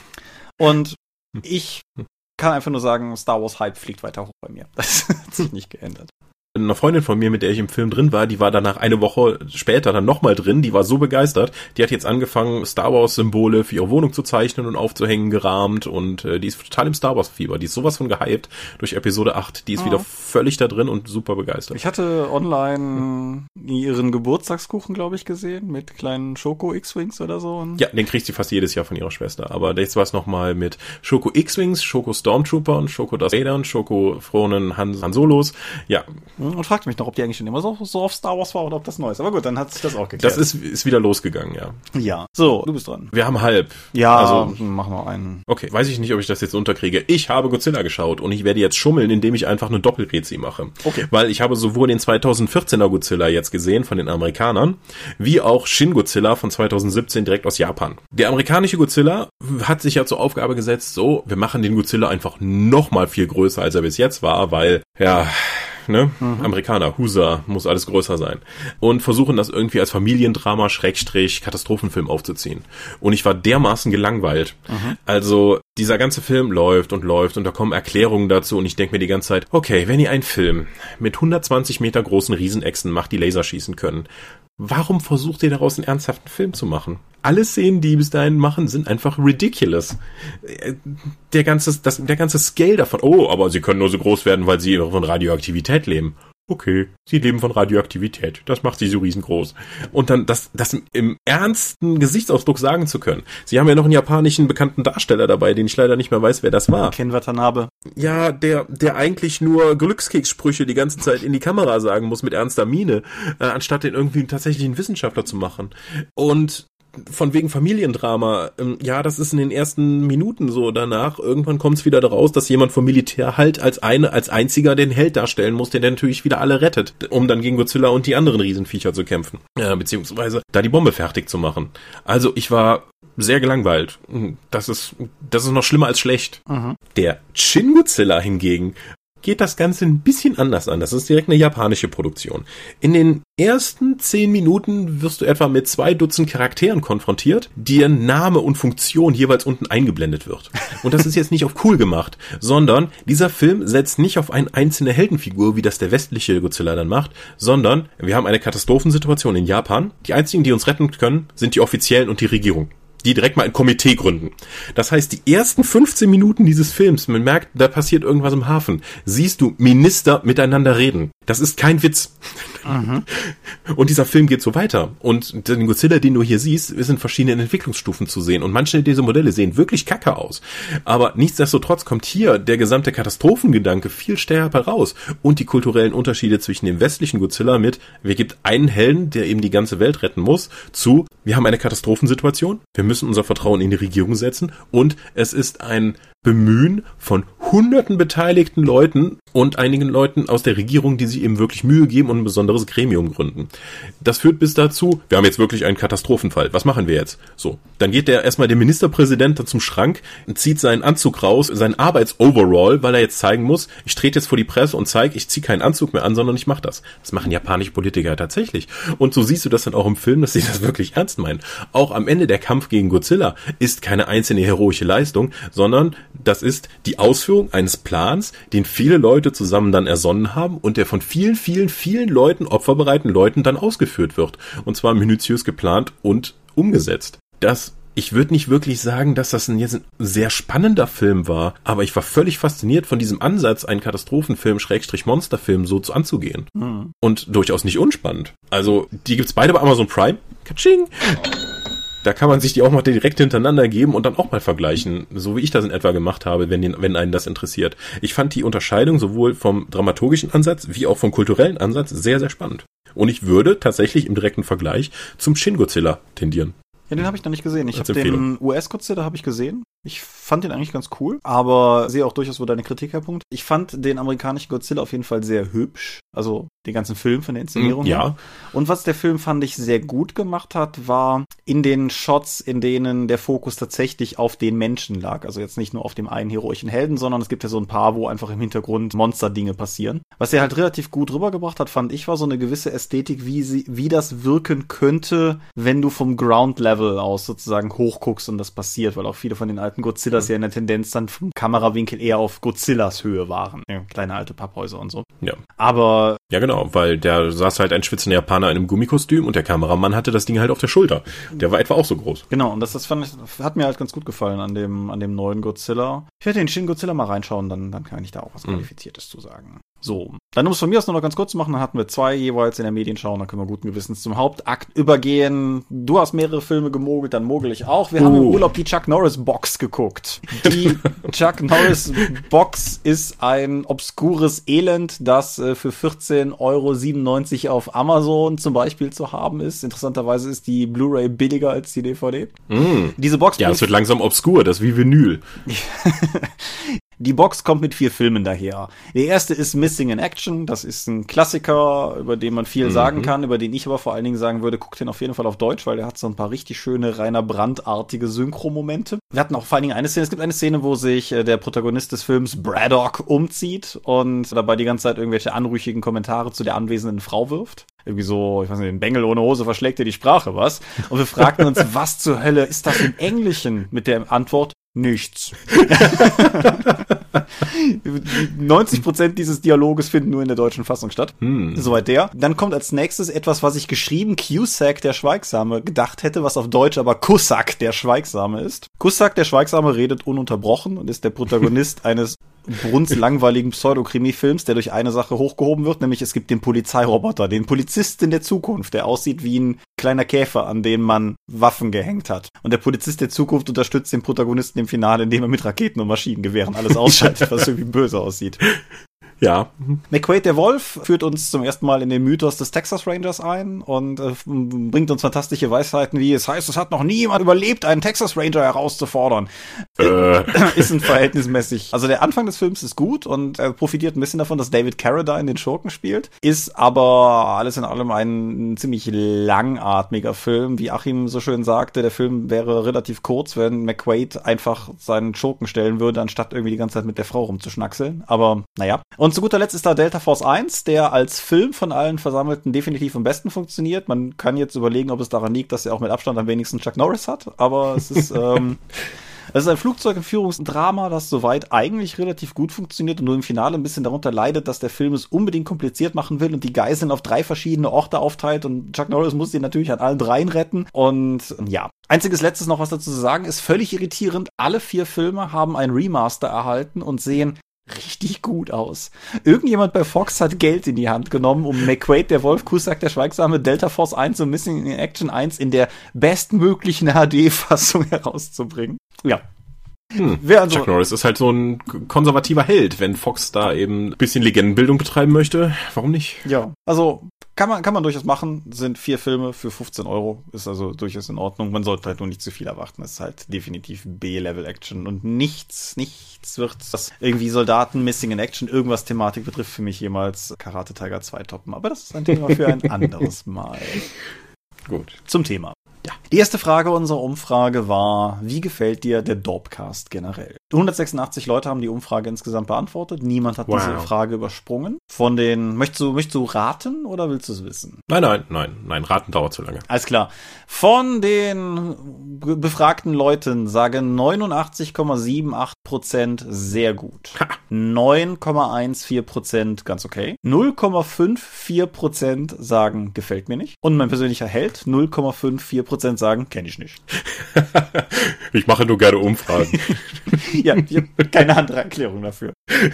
Und ich kann einfach nur sagen, Star Wars Hype fliegt weiter hoch bei mir. Das hat sich nicht geändert. Eine Freundin von mir, mit der ich im Film drin war, die war danach eine Woche später dann nochmal drin, die war so begeistert, die hat jetzt angefangen, Star Wars Symbole für ihre Wohnung zu zeichnen und aufzuhängen, gerahmt und die ist total im Star Wars Fieber, die ist sowas von gehypt durch Episode 8, die ist wieder völlig da drin und super begeistert. Ich hatte online ihren Geburtstagskuchen, glaube ich, gesehen, mit kleinen Schoko X-Wings oder so. Ja, den kriegt sie fast jedes Jahr von ihrer Schwester, aber jetzt war es nochmal mit Schoko X-Wings, Schoko Stormtroopern, Schoko Darth Vader, Schoko frohen Han Solos, ja. Und fragte mich noch, ob die eigentlich schon immer so auf Star Wars war oder ob das neu ist. Aber gut, dann hat sich das auch geklärt. Das ist wieder losgegangen, ja. Ja. So, du bist dran. Wir haben halb. Ja, also mach noch einen. Okay, weiß ich nicht, ob ich das jetzt unterkriege. Ich habe Godzilla geschaut und ich werde jetzt schummeln, indem ich einfach eine Doppelrezi mache. Okay. Weil ich habe sowohl den 2014er Godzilla jetzt gesehen von den Amerikanern, wie auch Shin Godzilla von 2017 direkt aus Japan. Der amerikanische Godzilla hat sich ja zur Aufgabe gesetzt, so, wir machen den Godzilla einfach noch mal viel größer, als er bis jetzt war, weil, ja... Amerikaner, Husa, muss alles größer sein. Und versuchen das irgendwie als Familiendrama, Katastrophenfilm aufzuziehen. Und ich war dermaßen gelangweilt. Also, dieser ganze Film läuft und da kommen Erklärungen dazu und ich denke mir die ganze Zeit, okay, wenn ihr einen Film mit 120 Meter großen Riesenechsen macht, die Laser schießen können, warum versucht ihr daraus einen ernsthaften Film zu machen? Alle Szenen, die bis dahin machen, sind einfach ridiculous. Der ganze Scale davon, aber sie können nur so groß werden, weil sie von Radioaktivität leben. Okay, sie leben von Radioaktivität. Das macht sie so riesengroß. Und dann das im ernsten Gesichtsausdruck sagen zu können. Sie haben ja noch einen japanischen bekannten Darsteller dabei, den ich leider nicht mehr weiß, wer das war. Ken Watanabe. Ja, der eigentlich nur Glückskekssprüche die ganze Zeit in die Kamera sagen muss mit ernster Miene, anstatt den irgendwie tatsächlich einen Wissenschaftler zu machen. Und von wegen Familiendrama, ja, das ist in den ersten Minuten so. Danach, irgendwann kommt es wieder raus, dass jemand vom Militär halt als einziger den Held darstellen muss, der natürlich wieder alle rettet, um dann gegen Godzilla und die anderen Riesenviecher zu kämpfen. Beziehungsweise da die Bombe fertig zu machen. Also ich war sehr gelangweilt. Das ist noch schlimmer als schlecht. Der Shin Godzilla hingegen geht das Ganze ein bisschen anders an. Das ist direkt eine japanische Produktion. In den ersten 10 Minuten wirst du etwa mit 2 Dutzend Charakteren konfrontiert, deren Name und Funktion jeweils unten eingeblendet wird. Und das ist jetzt nicht auf cool gemacht, sondern dieser Film setzt nicht auf eine einzelne Heldenfigur, wie das der westliche Godzilla dann macht, sondern wir haben eine Katastrophensituation in Japan. Die einzigen, die uns retten können, sind die Offiziellen und die Regierung, die direkt mal ein Komitee gründen. Das heißt, die ersten 15 Minuten dieses Films, man merkt, da passiert irgendwas im Hafen, siehst du Minister miteinander reden. Das ist kein Witz. Und dieser Film geht so weiter. Und den Godzilla, den du hier siehst, ist in verschiedenen Entwicklungsstufen zu sehen. Und manche dieser Modelle sehen wirklich kacke aus. Aber nichtsdestotrotz kommt hier der gesamte Katastrophengedanke viel stärker heraus. Und die kulturellen Unterschiede zwischen dem westlichen Godzilla mit, wir gibt einen Helden, der eben die ganze Welt retten muss, zu, wir haben eine Katastrophensituation, wir müssen unser Vertrauen in die Regierung setzen und es ist ein Bemühen von hunderten beteiligten Leuten und einigen Leuten aus der Regierung, die sich eben wirklich Mühe geben und ein besonderes Gremium gründen. Das führt bis dazu, wir haben jetzt wirklich einen Katastrophenfall. Was machen wir jetzt? So, dann geht der Ministerpräsident dann zum Schrank und zieht seinen Anzug raus, seinen Arbeitsoverall, weil er jetzt zeigen muss, ich trete jetzt vor die Presse und zeige, ich ziehe keinen Anzug mehr an, sondern ich mache das. Das machen japanische Politiker tatsächlich. Und so siehst du das dann auch im Film, dass sie das wirklich ernst meinen. Auch am Ende der Kampf gegen Godzilla ist keine einzelne heroische Leistung, sondern das ist die Ausführung Ausführung eines Plans, den viele Leute zusammen dann ersonnen haben und der von vielen, vielen, vielen Leuten, opferbereiten Leuten dann ausgeführt wird. Und zwar minutiös geplant und umgesetzt. Ich würde nicht wirklich sagen, dass das jetzt ein sehr spannender Film war, aber ich war völlig fasziniert von diesem Ansatz, einen Katastrophenfilm, Monsterfilm so anzugehen. Mhm. Und durchaus nicht unspannend. Also, die gibt's beide bei Amazon Prime. Katsching! Da kann man sich die auch mal direkt hintereinander geben und dann auch mal vergleichen, so wie ich das in etwa gemacht habe, wenn einen das interessiert. Ich fand die Unterscheidung sowohl vom dramaturgischen Ansatz wie auch vom kulturellen Ansatz sehr, sehr spannend. Und ich würde tatsächlich im direkten Vergleich zum Shin Godzilla tendieren. Ja, den habe ich noch nicht gesehen. Ich habe den US-Godzilla habe ich gesehen. Ich fand den eigentlich ganz cool, aber sehe auch durchaus, wo deine Kritik herkommt. Ich fand den amerikanischen Godzilla auf jeden Fall sehr hübsch. Also den ganzen Film von der Inszenierung her. Ja. Und was der Film, fand ich, sehr gut gemacht hat, war in den Shots, in denen der Fokus tatsächlich auf den Menschen lag. Also jetzt nicht nur auf dem einen heroischen Helden, sondern es gibt ja so ein paar, wo einfach im Hintergrund Monsterdinge passieren. Was er halt relativ gut rübergebracht hat, fand ich, war so eine gewisse Ästhetik, wie das wirken könnte, wenn du vom Ground Level aus sozusagen hochguckst und das passiert, weil auch viele von den alten Godzillas ja in der Tendenz dann vom Kamerawinkel eher auf Godzillas Höhe waren. Ja, kleine alte Papphäuser und so. Ja. Aber ja, genau, weil da saß halt ein schwitzender Japaner in einem Gummikostüm und der Kameramann hatte das Ding halt auf der Schulter. Der war etwa auch so groß. Genau, und das fand ich, hat mir halt ganz gut gefallen an dem neuen Godzilla. Ich werde den Shin Godzilla mal reinschauen, dann kann ich da auch was Qualifiziertes zu sagen. So, dann um es von mir aus noch ganz kurz zu machen, dann hatten wir 2 jeweils in der Medienschau, dann können wir guten Gewissens zum Hauptakt übergehen. Du hast mehrere Filme gemogelt, dann mogel ich auch. Wir haben im Urlaub die Chuck Norris Box geguckt. Die Chuck Norris Box ist ein obskures Elend, das für 14,97 € auf Amazon zum Beispiel zu haben ist. Interessanterweise ist die Blu-ray billiger als die DVD. Diese Box, ja, es wird langsam obskur, das ist wie Vinyl. Die Box kommt mit 4 Filmen daher. Der erste ist Missing in Action. Das ist ein Klassiker, über den man viel sagen kann, über den ich aber vor allen Dingen sagen würde, guckt den auf jeden Fall auf Deutsch, weil der hat so ein paar richtig schöne, Rainer Brandt-artige Synchro-Momente. Wir hatten auch vor allen Dingen eine Szene, es gibt eine Szene, wo sich der Protagonist des Films Braddock umzieht und dabei die ganze Zeit irgendwelche anrüchigen Kommentare zu der anwesenden Frau wirft. Irgendwie so, ich weiß nicht, den Bengel ohne Hose verschlägt dir die Sprache, was? Und wir fragten uns, was zur Hölle ist das im Englischen? Mit der Antwort, nichts. 90% dieses Dialoges finden nur in der deutschen Fassung statt. Soweit der. Dann kommt als nächstes etwas, was ich geschrieben Cusack der Schweigsame gedacht hätte, was auf Deutsch aber Cossack der Schweigsame ist. Cossack der Schweigsame redet ununterbrochen und ist der Protagonist eines brunzlangweiligen Pseudokrimi-Films, der durch eine Sache hochgehoben wird, nämlich es gibt den Polizeiroboter, den Polizisten der Zukunft, der aussieht wie ein kleiner Käfer, an dem man Waffen gehängt hat. Und der Polizist der Zukunft unterstützt den Protagonisten im Finale, indem er mit Raketen und Maschinengewehren alles ausschaltet, was irgendwie böse aussieht. Ja. McQuaid der Wolf führt uns zum ersten Mal in den Mythos des Texas Rangers ein und bringt uns fantastische Weisheiten wie, es heißt, es hat noch nie jemand überlebt, einen Texas Ranger herauszufordern. Ist ein verhältnismäßig, also der Anfang des Films ist gut und er profitiert ein bisschen davon, dass David Carradine den Schurken spielt, ist aber alles in allem ein ziemlich langatmiger Film. Wie Achim so schön sagte, der Film wäre relativ kurz, wenn McQuaid einfach seinen Schurken stellen würde, anstatt irgendwie die ganze Zeit mit der Frau rumzuschnackseln. Aber naja. Und zu guter Letzt ist da Delta Force 1, der als Film von allen Versammelten definitiv am besten funktioniert. Man kann jetzt überlegen, ob es daran liegt, dass er auch mit Abstand am wenigsten Chuck Norris hat, aber es ist es ist ein Flugzeugentführungsdrama, das soweit eigentlich relativ gut funktioniert und nur im Finale ein bisschen darunter leidet, dass der Film es unbedingt kompliziert machen will und die Geiseln auf 3 verschiedene Orte aufteilt und Chuck Norris muss die natürlich an allen 3 retten und ja. Einziges Letztes noch was dazu zu sagen, ist völlig irritierend. Alle 4 Filme haben ein Remaster erhalten und sehen richtig gut aus. Irgendjemand bei Fox hat Geld in die Hand genommen, um McQuaid, der Wolf, Cusack, der Schweigsame, Delta Force 1 und Missing in Action 1 in der bestmöglichen HD-Fassung herauszubringen. Ja. Chuck Norris ist halt so ein konservativer Held, wenn Fox da eben ein bisschen Legendenbildung betreiben möchte. Warum nicht? Ja, also kann man durchaus machen. Sind 4 Filme für 15 €. Ist also durchaus in Ordnung. Man sollte halt nur nicht zu viel erwarten. Es ist halt definitiv B-Level-Action und nichts wird, das irgendwie Soldaten Missing in Action irgendwas Thematik betrifft, für mich jemals Karate Tiger 2 toppen. Aber das ist ein Thema für ein anderes Mal. Gut. Zum Thema. Ja. Die erste Frage unserer Umfrage war, wie gefällt dir der Dorpcast generell? 186 Leute haben die Umfrage insgesamt beantwortet. Niemand hat diese Frage übersprungen. Von den, möchtest du raten oder willst du es wissen? Nein, raten dauert zu lange. Alles klar. Von den befragten Leuten sagen 89,78% sehr gut. 9,14% ganz okay. 0,54% sagen gefällt mir nicht. Und mein persönlicher Held, 0,54% sagen kenne ich nicht. Ich mache nur gerne Umfragen. Ja, ich habe keine andere Erklärung dafür.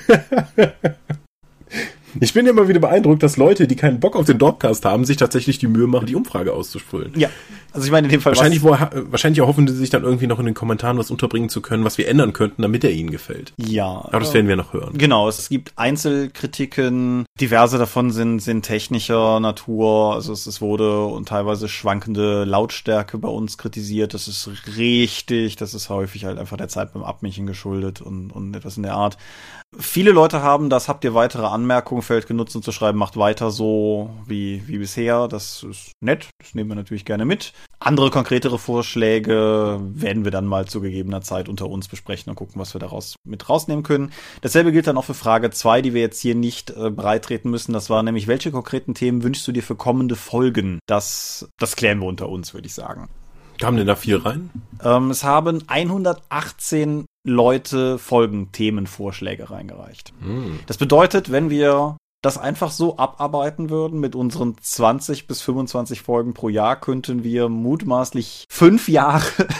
Ich bin immer wieder beeindruckt, dass Leute, die keinen Bock auf den Dorpcast haben, sich tatsächlich die Mühe machen, die Umfrage auszufüllen. Ja, also ich meine in dem Fall wahrscheinlich erhoffen sie sich dann irgendwie noch in den Kommentaren was unterbringen zu können, was wir ändern könnten, damit er ihnen gefällt. Ja. Aber das werden wir noch hören. Genau, es gibt Einzelkritiken, diverse davon sind technischer Natur, also es wurde und teilweise schwankende Lautstärke bei uns kritisiert, das ist richtig, das ist häufig halt einfach der Zeit beim Abmischen geschuldet und etwas in der Art. Viele Leute haben das habt ihr weitere Anmerkungen-Feld genutzt, um zu schreiben, macht weiter so wie bisher. Das ist nett, das nehmen wir natürlich gerne mit. Andere konkretere Vorschläge werden wir dann mal zu gegebener Zeit unter uns besprechen und gucken, was wir daraus mit rausnehmen können. Dasselbe gilt dann auch für Frage 2, die wir jetzt hier nicht bereitreten müssen. Das war nämlich, welche konkreten Themen wünschst du dir für kommende Folgen? Das klären wir unter uns, würde ich sagen. Kamen denn da viel rein? Es haben 118 Leute Folgen-Themenvorschläge reingereicht. Das bedeutet, wenn wir das einfach so abarbeiten würden mit unseren 20 bis 25 Folgen pro Jahr, könnten wir mutmaßlich 5 Jahre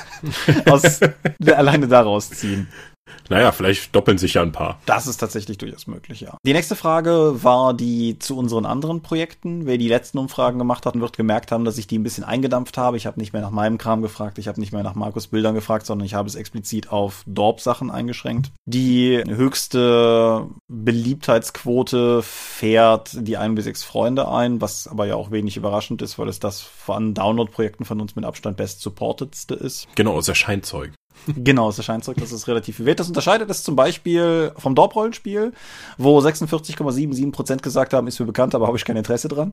alleine daraus ziehen. Naja, vielleicht doppeln sich ja ein paar. Das ist tatsächlich durchaus möglich, ja. Die nächste Frage war die zu unseren anderen Projekten. Wer die letzten Umfragen gemacht hat, wird gemerkt haben, dass ich die ein bisschen eingedampft habe. Ich habe nicht mehr nach meinem Kram gefragt, ich habe nicht mehr nach Markus Bildern gefragt, sondern ich habe es explizit auf Dorp-Sachen eingeschränkt. Die höchste Beliebtheitsquote fährt die 1 bis 6 Freunde ein, was aber ja auch wenig überraschend ist, weil es das von Download-Projekten von uns mit Abstand best supportedste ist. Genau, aus der Scheinzeug. Genau, es erscheint zurück, dass es relativ viel wert. Das unterscheidet es zum Beispiel vom Dorp-Rollenspiel, wo 46,77% gesagt haben, ist mir bekannt, aber habe ich kein Interesse dran.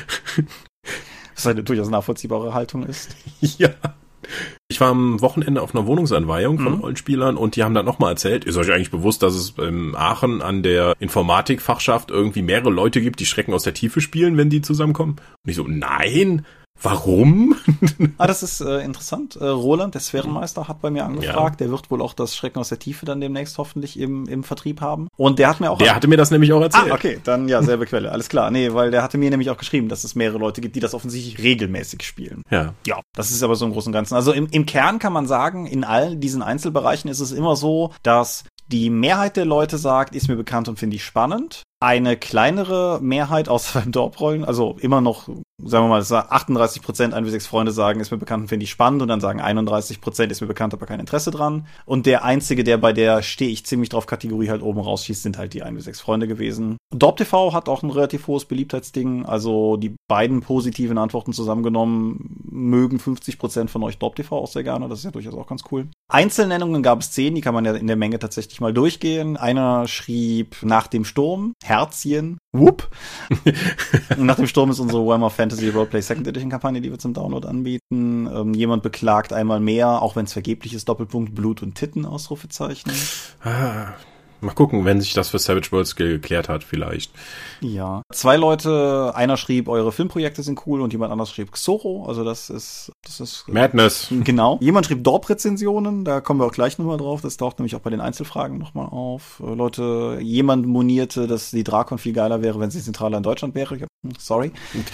Was eine durchaus nachvollziehbare Haltung ist. Ja. Ich war am Wochenende auf einer Wohnungsanweihung von Rollenspielern und die haben dann nochmal erzählt, ist euch eigentlich bewusst, dass es in Aachen an der Informatikfachschaft irgendwie mehrere Leute gibt, die Schrecken aus der Tiefe spielen, wenn die zusammenkommen? Und ich so, nein, warum? Das ist interessant. Roland, der Sphärenmeister, hat bei mir angefragt. Ja. Der wird wohl auch das Schrecken aus der Tiefe dann demnächst hoffentlich im Vertrieb haben. Und der hat mir auch... Der hatte mir das nämlich auch erzählt. Okay, dann ja, selbe Quelle. Alles klar. Nee, weil der hatte mir nämlich auch geschrieben, dass es mehrere Leute gibt, die das offensichtlich regelmäßig spielen. Ja. Ja, das ist aber so im Großen und Ganzen. Also im Kern kann man sagen, in all diesen Einzelbereichen ist es immer so, dass die Mehrheit der Leute sagt, ist mir bekannt und finde ich spannend. Eine kleinere Mehrheit außer beim Dorprollen, also immer noch, sagen wir mal, 38% 1 bis 6 Freunde sagen, ist mir bekannt und finde ich spannend, und dann sagen 31%, ist mir bekannt, aber kein Interesse dran. Und der einzige, der bei der stehe ich ziemlich drauf Kategorie halt oben rausschießt, sind halt die 1 bis 6 Freunde gewesen. DorpTV hat auch ein relativ hohes Beliebtheitsding, also die beiden positiven Antworten zusammengenommen mögen 50% von euch DorpTV auch sehr gerne, das ist ja durchaus auch ganz cool. Einzelnennungen gab es 10, die kann man ja in der Menge tatsächlich mal durchgehen. Einer schrieb nach dem Sturm, Herzchen, whoop. Und nach dem Sturm ist unsere Warhammer Fantasy Roleplay Second Edition Kampagne, die wir zum Download anbieten. Jemand beklagt einmal mehr, auch wenn es vergeblich ist, Doppelpunkt, Blut und Titten, Ausrufezeichen. Mal gucken, wenn sich das für Savage Worlds geklärt hat, vielleicht. Ja. 2 Leute, einer schrieb, eure Filmprojekte sind cool, und jemand anders schrieb Xoro, also das ist Madness. Genau. Jemand schrieb Dorp-Rezensionen, da kommen wir auch gleich nochmal drauf, das taucht nämlich auch bei den Einzelfragen nochmal auf. Leute, jemand monierte, dass die Drakon viel geiler wäre, wenn sie zentraler in Deutschland wäre. Sorry.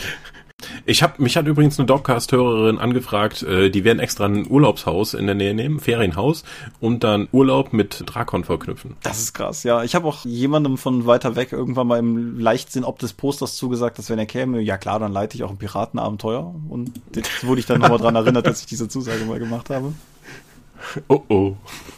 Mich hat übrigens eine Dorpcast-Hörerin angefragt, die werden extra ein Urlaubshaus in der Nähe nehmen, Ferienhaus, und dann Urlaub mit Drakon verknüpfen. Das ist krass, ja. Ich habe auch jemandem von weiter weg irgendwann mal im Leichtsinn ob des Posters zugesagt, dass wenn er käme, ja klar, dann leite ich auch ein Piratenabenteuer. Und jetzt wurde ich dann nochmal dran erinnert, dass ich diese Zusage mal gemacht habe. Oh oh.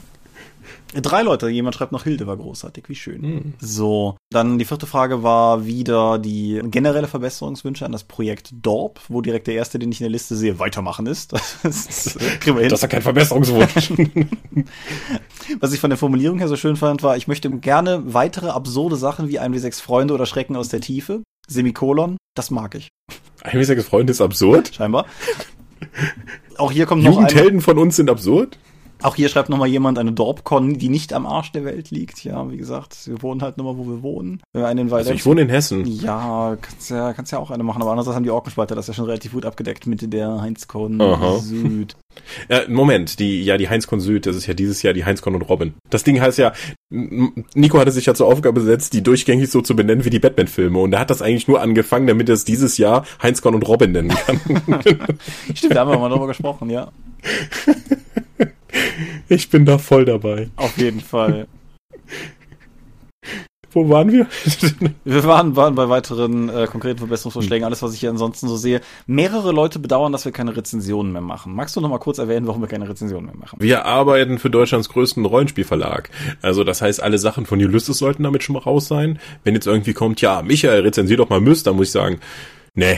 3 Leute, jemand schreibt noch, Hilde war großartig, wie schön. So, dann die 4. Frage war wieder die generelle Verbesserungswünsche an das Projekt Dorp, wo direkt der erste, den ich in der Liste sehe, weitermachen ist. Das kriegen wir hin. Das ist ja kein Verbesserungswunsch. Was ich von der Formulierung her so schön fand, war, ich möchte gerne weitere absurde Sachen wie 1 bis 6 Freunde oder Schrecken aus der Tiefe, Semikolon, das mag ich. 1 bis 6 Freunde ist absurd? Scheinbar. Auch hier kommt noch Jugendhelden von uns sind absurd? Auch hier schreibt nochmal jemand eine Dorpcon, die nicht am Arsch der Welt liegt. Ja, wie gesagt, wir wohnen halt nochmal, wo wir wohnen. Wenn wir einen in Also ich wohne in Hessen. Ja, kannst ja auch eine machen, aber andererseits haben die Orkenspalter das ja schon relativ gut abgedeckt mit der Heinzcon Süd. Moment, die Heinzcon Süd, das ist ja dieses Jahr die Heinzcon und Robin. Das Ding heißt ja, Nico hatte sich ja zur Aufgabe gesetzt, die durchgängig so zu benennen wie die Batman-Filme. Und er hat das eigentlich nur angefangen, damit er es dieses Jahr Heinzcon und Robin nennen kann. Stimmt, da haben wir mal drüber gesprochen, ja. Ich bin da voll dabei. Auf jeden Fall. Wo waren wir? Wir waren bei weiteren konkreten Verbesserungsvorschlägen. Alles, was ich hier ansonsten so sehe. Mehrere Leute bedauern, dass wir keine Rezensionen mehr machen. Magst du noch mal kurz erwähnen, warum wir keine Rezensionen mehr machen? Wir arbeiten für Deutschlands größten Rollenspielverlag. Also das heißt, alle Sachen von Ulysses sollten damit schon mal raus sein. Wenn jetzt irgendwie kommt, ja, Michael, rezensier doch mal Myst, dann muss ich sagen, nee.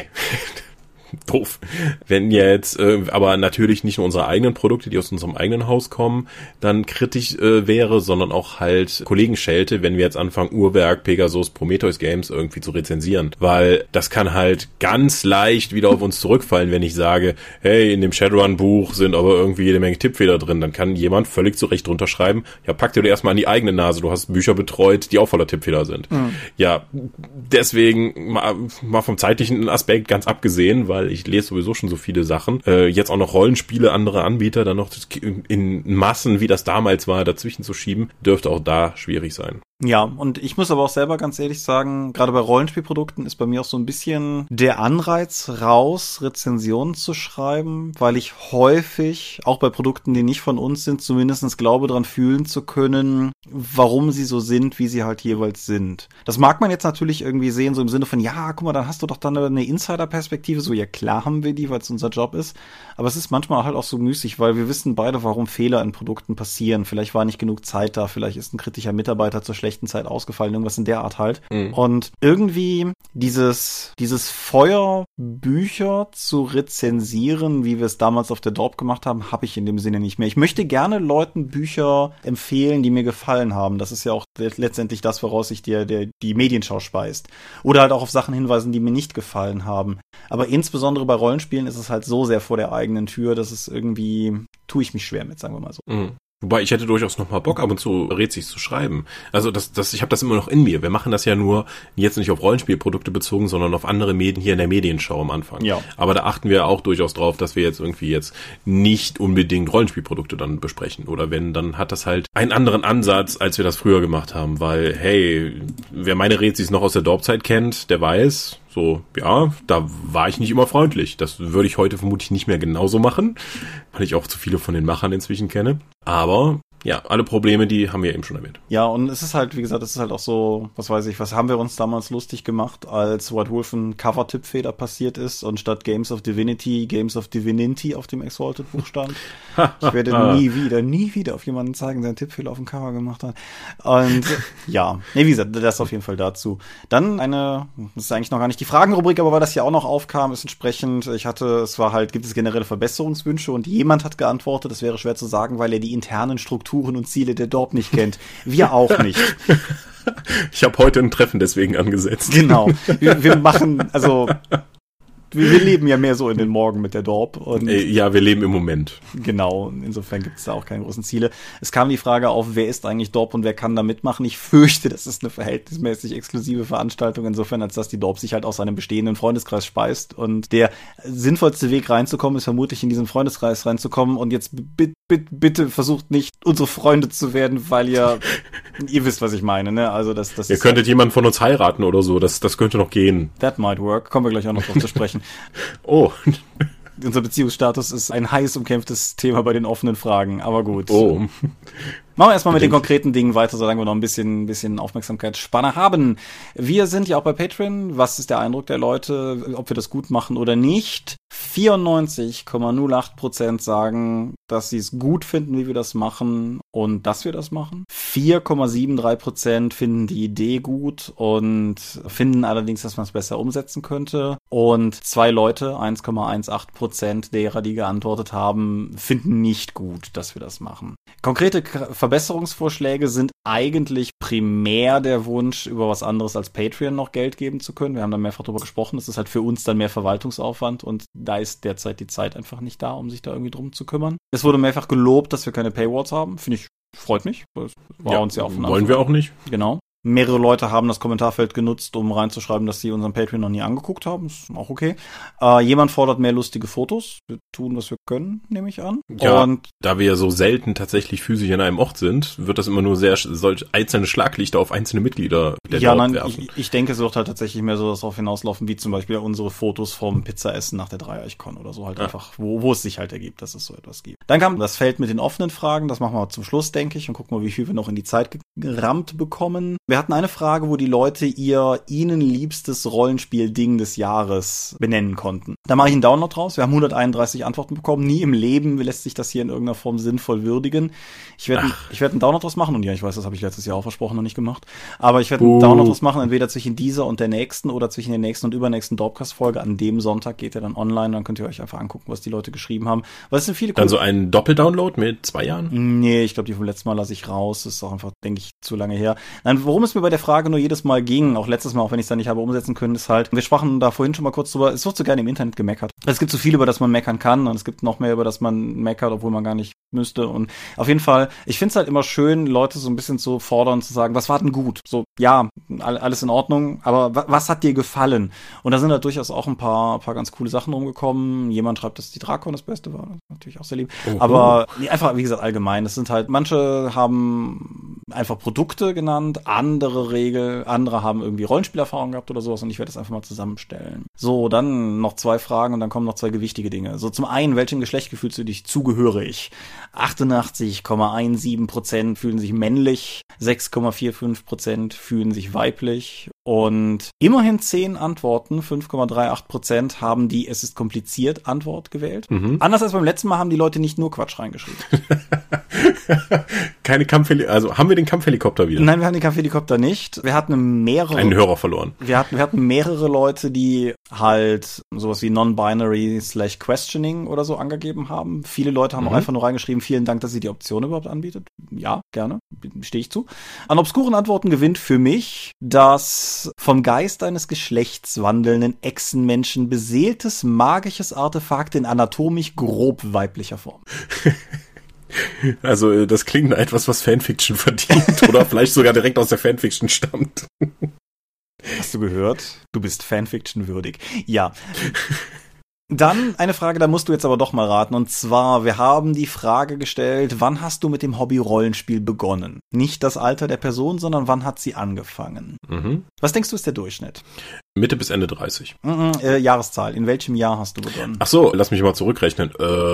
Doof. Wenn jetzt aber natürlich nicht nur unsere eigenen Produkte, die aus unserem eigenen Haus kommen, dann kritisch wäre, sondern auch halt Kollegen schelte, wenn wir jetzt anfangen, Uhrwerk, Pegasus, Prometheus Games irgendwie zu rezensieren. Weil das kann halt ganz leicht wieder auf uns zurückfallen, wenn ich sage, hey, in dem Shadowrun-Buch sind aber irgendwie jede Menge Tippfehler drin. Dann kann jemand völlig zu Recht drunter schreiben, ja, pack dir doch erstmal an die eigene Nase, du hast Bücher betreut, die auch voller Tippfehler sind. Ja, deswegen mal vom zeitlichen Aspekt ganz abgesehen, weil ich lese sowieso schon so viele Sachen. Jetzt auch noch Rollenspiele, andere Anbieter, dann noch in Massen, wie das damals war, dazwischen zu schieben, dürfte auch da schwierig sein. Ja, und ich muss aber auch selber ganz ehrlich sagen, gerade bei Rollenspielprodukten ist bei mir auch so ein bisschen der Anreiz raus, Rezensionen zu schreiben, weil ich häufig, auch bei Produkten, die nicht von uns sind, zumindest glaube dran fühlen zu können, warum sie so sind, wie sie halt jeweils sind. Das mag man jetzt natürlich irgendwie sehen, so im Sinne von, ja, guck mal, dann hast du doch dann eine Insider-Perspektive, so, ja klar haben wir die, weil es unser Job ist, aber es ist manchmal halt auch so müßig, weil wir wissen beide, warum Fehler in Produkten passieren. Vielleicht war nicht genug Zeit da, vielleicht ist ein kritischer Mitarbeiter zur schlechten Zeit ausgefallen, irgendwas in der Art halt. Und irgendwie dieses Feuer, Bücher zu rezensieren, wie wir es damals auf der Dorp gemacht haben, habe ich in dem Sinne nicht mehr. Ich möchte gerne Leuten Bücher empfehlen, die mir gefallen haben. Das ist ja auch letztendlich das, woraus sich die Medienschau speist. Oder halt auch auf Sachen hinweisen, die mir nicht gefallen haben. Aber insbesondere bei Rollenspielen ist es halt so sehr vor der eigenen Tür, dass es irgendwie, tue ich mich schwer mit, sagen wir mal so. Wobei ich hätte durchaus noch mal Bock, ab und zu Rezis zu schreiben. Also ich habe das immer noch in mir. Wir machen das ja nur jetzt nicht auf Rollenspielprodukte bezogen, sondern auf andere Medien hier in der Medienschau am Anfang. Ja. Aber da achten wir auch durchaus drauf, dass wir jetzt nicht unbedingt Rollenspielprodukte dann besprechen. Oder wenn, dann hat das halt einen anderen Ansatz, als wir das früher gemacht haben. Weil, hey, wer meine Rezis noch aus der Dorpzeit kennt, der weiß, so, ja, da war ich nicht immer freundlich. Das würde ich heute vermutlich nicht mehr genauso machen, weil ich auch zu viele von den Machern inzwischen kenne. Aber ja, alle Probleme, die haben wir eben schon erwähnt. Ja, und es ist halt, wie gesagt, es ist halt auch so, was haben wir uns damals lustig gemacht, als White Wolf ein Cover-Tippfehler passiert ist und statt Games of Divinity auf dem Exalted-Buch stand. Ich werde nie wieder auf jemanden zeigen, der einen Tippfehler auf dem Cover gemacht hat. Und ja, wie gesagt, das auf jeden Fall dazu. Dann das ist eigentlich noch gar nicht die Fragenrubrik, aber weil das hier auch noch aufkam, ist entsprechend, gibt es generelle Verbesserungswünsche und jemand hat geantwortet, es wäre schwer zu sagen, weil er die internen Strukturen und Ziele der Dorp nicht kennt. Wir auch nicht. Ich habe heute ein Treffen deswegen angesetzt. Genau. Wir machen, also wir leben ja mehr so in den Morgen mit der Dorp. Und ja, wir leben im Moment. Genau, insofern gibt es da auch keine großen Ziele. Es kam die Frage auf, wer ist eigentlich Dorp und wer kann da mitmachen? Ich fürchte, das ist eine verhältnismäßig exklusive Veranstaltung, insofern, als dass die Dorp sich halt aus einem bestehenden Freundeskreis speist. Und der sinnvollste Weg reinzukommen, ist vermutlich in diesen Freundeskreis reinzukommen. Und jetzt bitte versucht nicht, unsere Freunde zu werden, weil ihr wisst, was ich meine, ne? Also das ihr könntet jemanden von uns heiraten oder so, das könnte noch gehen. That might work. Kommen wir gleich auch noch drauf zu sprechen. Oh. Unser Beziehungsstatus ist ein heiß umkämpftes Thema bei den offenen Fragen, aber gut. Oh. Machen wir erstmal mit den konkreten Dingen weiter, solange wir noch ein bisschen Aufmerksamkeitsspanne haben. Wir sind ja auch bei Patreon. Was ist der Eindruck der Leute, ob wir das gut machen oder nicht? 94,08% sagen, dass sie es gut finden, wie wir das machen und dass wir das machen. 4,73% finden die Idee gut und finden allerdings, dass man es besser umsetzen könnte. Und 2 Leute, 1,18% derer, die geantwortet haben, finden nicht gut, dass wir das machen. Konkrete Verbesserungsvorschläge sind eigentlich primär der Wunsch, über was anderes als Patreon noch Geld geben zu können. Wir haben da mehrfach drüber gesprochen. Das ist halt für uns dann mehr Verwaltungsaufwand und da ist derzeit die Zeit einfach nicht da, um sich da irgendwie drum zu kümmern. Es wurde mehrfach gelobt, dass wir keine Paywalls haben. Finde ich, freut mich. Das war uns ja auch von Anfang. Wollen wir auch nicht. Genau. Mehrere Leute haben das Kommentarfeld genutzt, um reinzuschreiben, dass sie unseren Patreon noch nie angeguckt haben. Ist auch okay. Jemand fordert mehr lustige Fotos. Wir tun, was wir können, nehme ich an. Ja, und da wir ja so selten tatsächlich physisch an einem Ort sind, wird das immer nur solch einzelne Schlaglichter auf einzelne Mitglieder der werfen. Ich denke, es wird halt tatsächlich mehr so darauf hinauslaufen, wie zum Beispiel unsere Fotos vom Pizzaessen nach der Dreieichkon oder so halt einfach, wo es sich halt ergibt, dass es so etwas gibt. Dann kam das Feld mit den offenen Fragen. Das machen wir zum Schluss, denke ich, und gucken mal, wie viel wir noch in die Zeit gerammt bekommen. Wir hatten eine Frage, wo die Leute ihnen liebstes Rollenspiel-Ding des Jahres benennen konnten. Da mache ich einen Download draus. Wir haben 131 Antworten bekommen. Nie im Leben lässt sich das hier in irgendeiner Form sinnvoll würdigen. Ich werde einen Download draus machen. Und ja, ich weiß, das habe ich letztes Jahr auch versprochen, noch nicht gemacht. Aber ich werde einen Download draus machen, entweder zwischen dieser und der nächsten oder zwischen der nächsten und übernächsten Dropcast-Folge. An dem Sonntag geht er dann online. Dann könnt ihr euch einfach angucken, was die Leute geschrieben haben. Weil es sind viele Dann so ein Doppeldownload mit 2 Jahren? Nee, ich glaube, die vom letzten Mal lasse ich raus. Das ist auch einfach, denke ich, zu lange her. Nein, worum es mir bei der Frage nur jedes Mal ging, auch letztes Mal, auch wenn ich es dann nicht habe umsetzen können, ist halt, wir sprachen da vorhin schon mal kurz drüber, es wird so gerne im Internet gemeckert. Es gibt so viel, über das man meckern kann und es gibt noch mehr, über das man meckert, obwohl man gar nicht müsste. Und auf jeden Fall, ich finde es halt immer schön, Leute so ein bisschen zu fordern, zu sagen, was war denn gut? So, ja, alles in Ordnung, aber was hat dir gefallen? Und da sind halt durchaus auch ein paar ganz coole Sachen rumgekommen. Jemand schreibt, dass die Drakon das Beste war. Das ist natürlich auch sehr lieb. Aber einfach, wie gesagt, allgemein. Das sind halt, manche haben einfach Produkte genannt, andere haben irgendwie Rollenspielerfahrung gehabt oder sowas und ich werde das einfach mal zusammenstellen. So, dann noch 2 Fragen und dann kommen noch 2 gewichtige Dinge. So, zum einen, welchem Geschlecht fühlst du dich zugehörig? 88,17% fühlen sich männlich, 6,45% fühlen sich weiblich und immerhin 10 Antworten, 5,38% haben die "Es ist kompliziert" Antwort gewählt. Anders als beim letzten Mal haben die Leute nicht nur Quatsch reingeschrieben. Keine also haben wir den Kampfhelikopter wieder? Nein, wir haben den Kampfhelikopter nicht. Wir hatten einen Hörer verloren. Wir hatten mehrere Leute, die halt sowas wie Non-Binary/Questioning oder so angegeben haben. Viele Leute haben auch einfach nur reingeschrieben, vielen Dank, dass sie die Option überhaupt anbietet. Ja, gerne, stehe ich zu. An obskuren Antworten gewinnt für mich das vom Geist eines Geschlechts wandelnden Echsenmenschen beseeltes magisches Artefakt in anatomisch grob weiblicher Form. Also das klingt nach etwas, was Fanfiction verdient oder vielleicht sogar direkt aus der Fanfiction stammt. Hast du gehört? Du bist Fanfiction würdig. Ja. Dann eine Frage, da musst du jetzt aber doch mal raten. Und zwar, wir haben die Frage gestellt, wann hast du mit dem Hobby Rollenspiel begonnen? Nicht das Alter der Person, sondern wann hat sie angefangen? Was denkst du, ist der Durchschnitt? Mitte bis Ende 30. Jahreszahl. In welchem Jahr hast du begonnen? Ach so, lass mich mal zurückrechnen.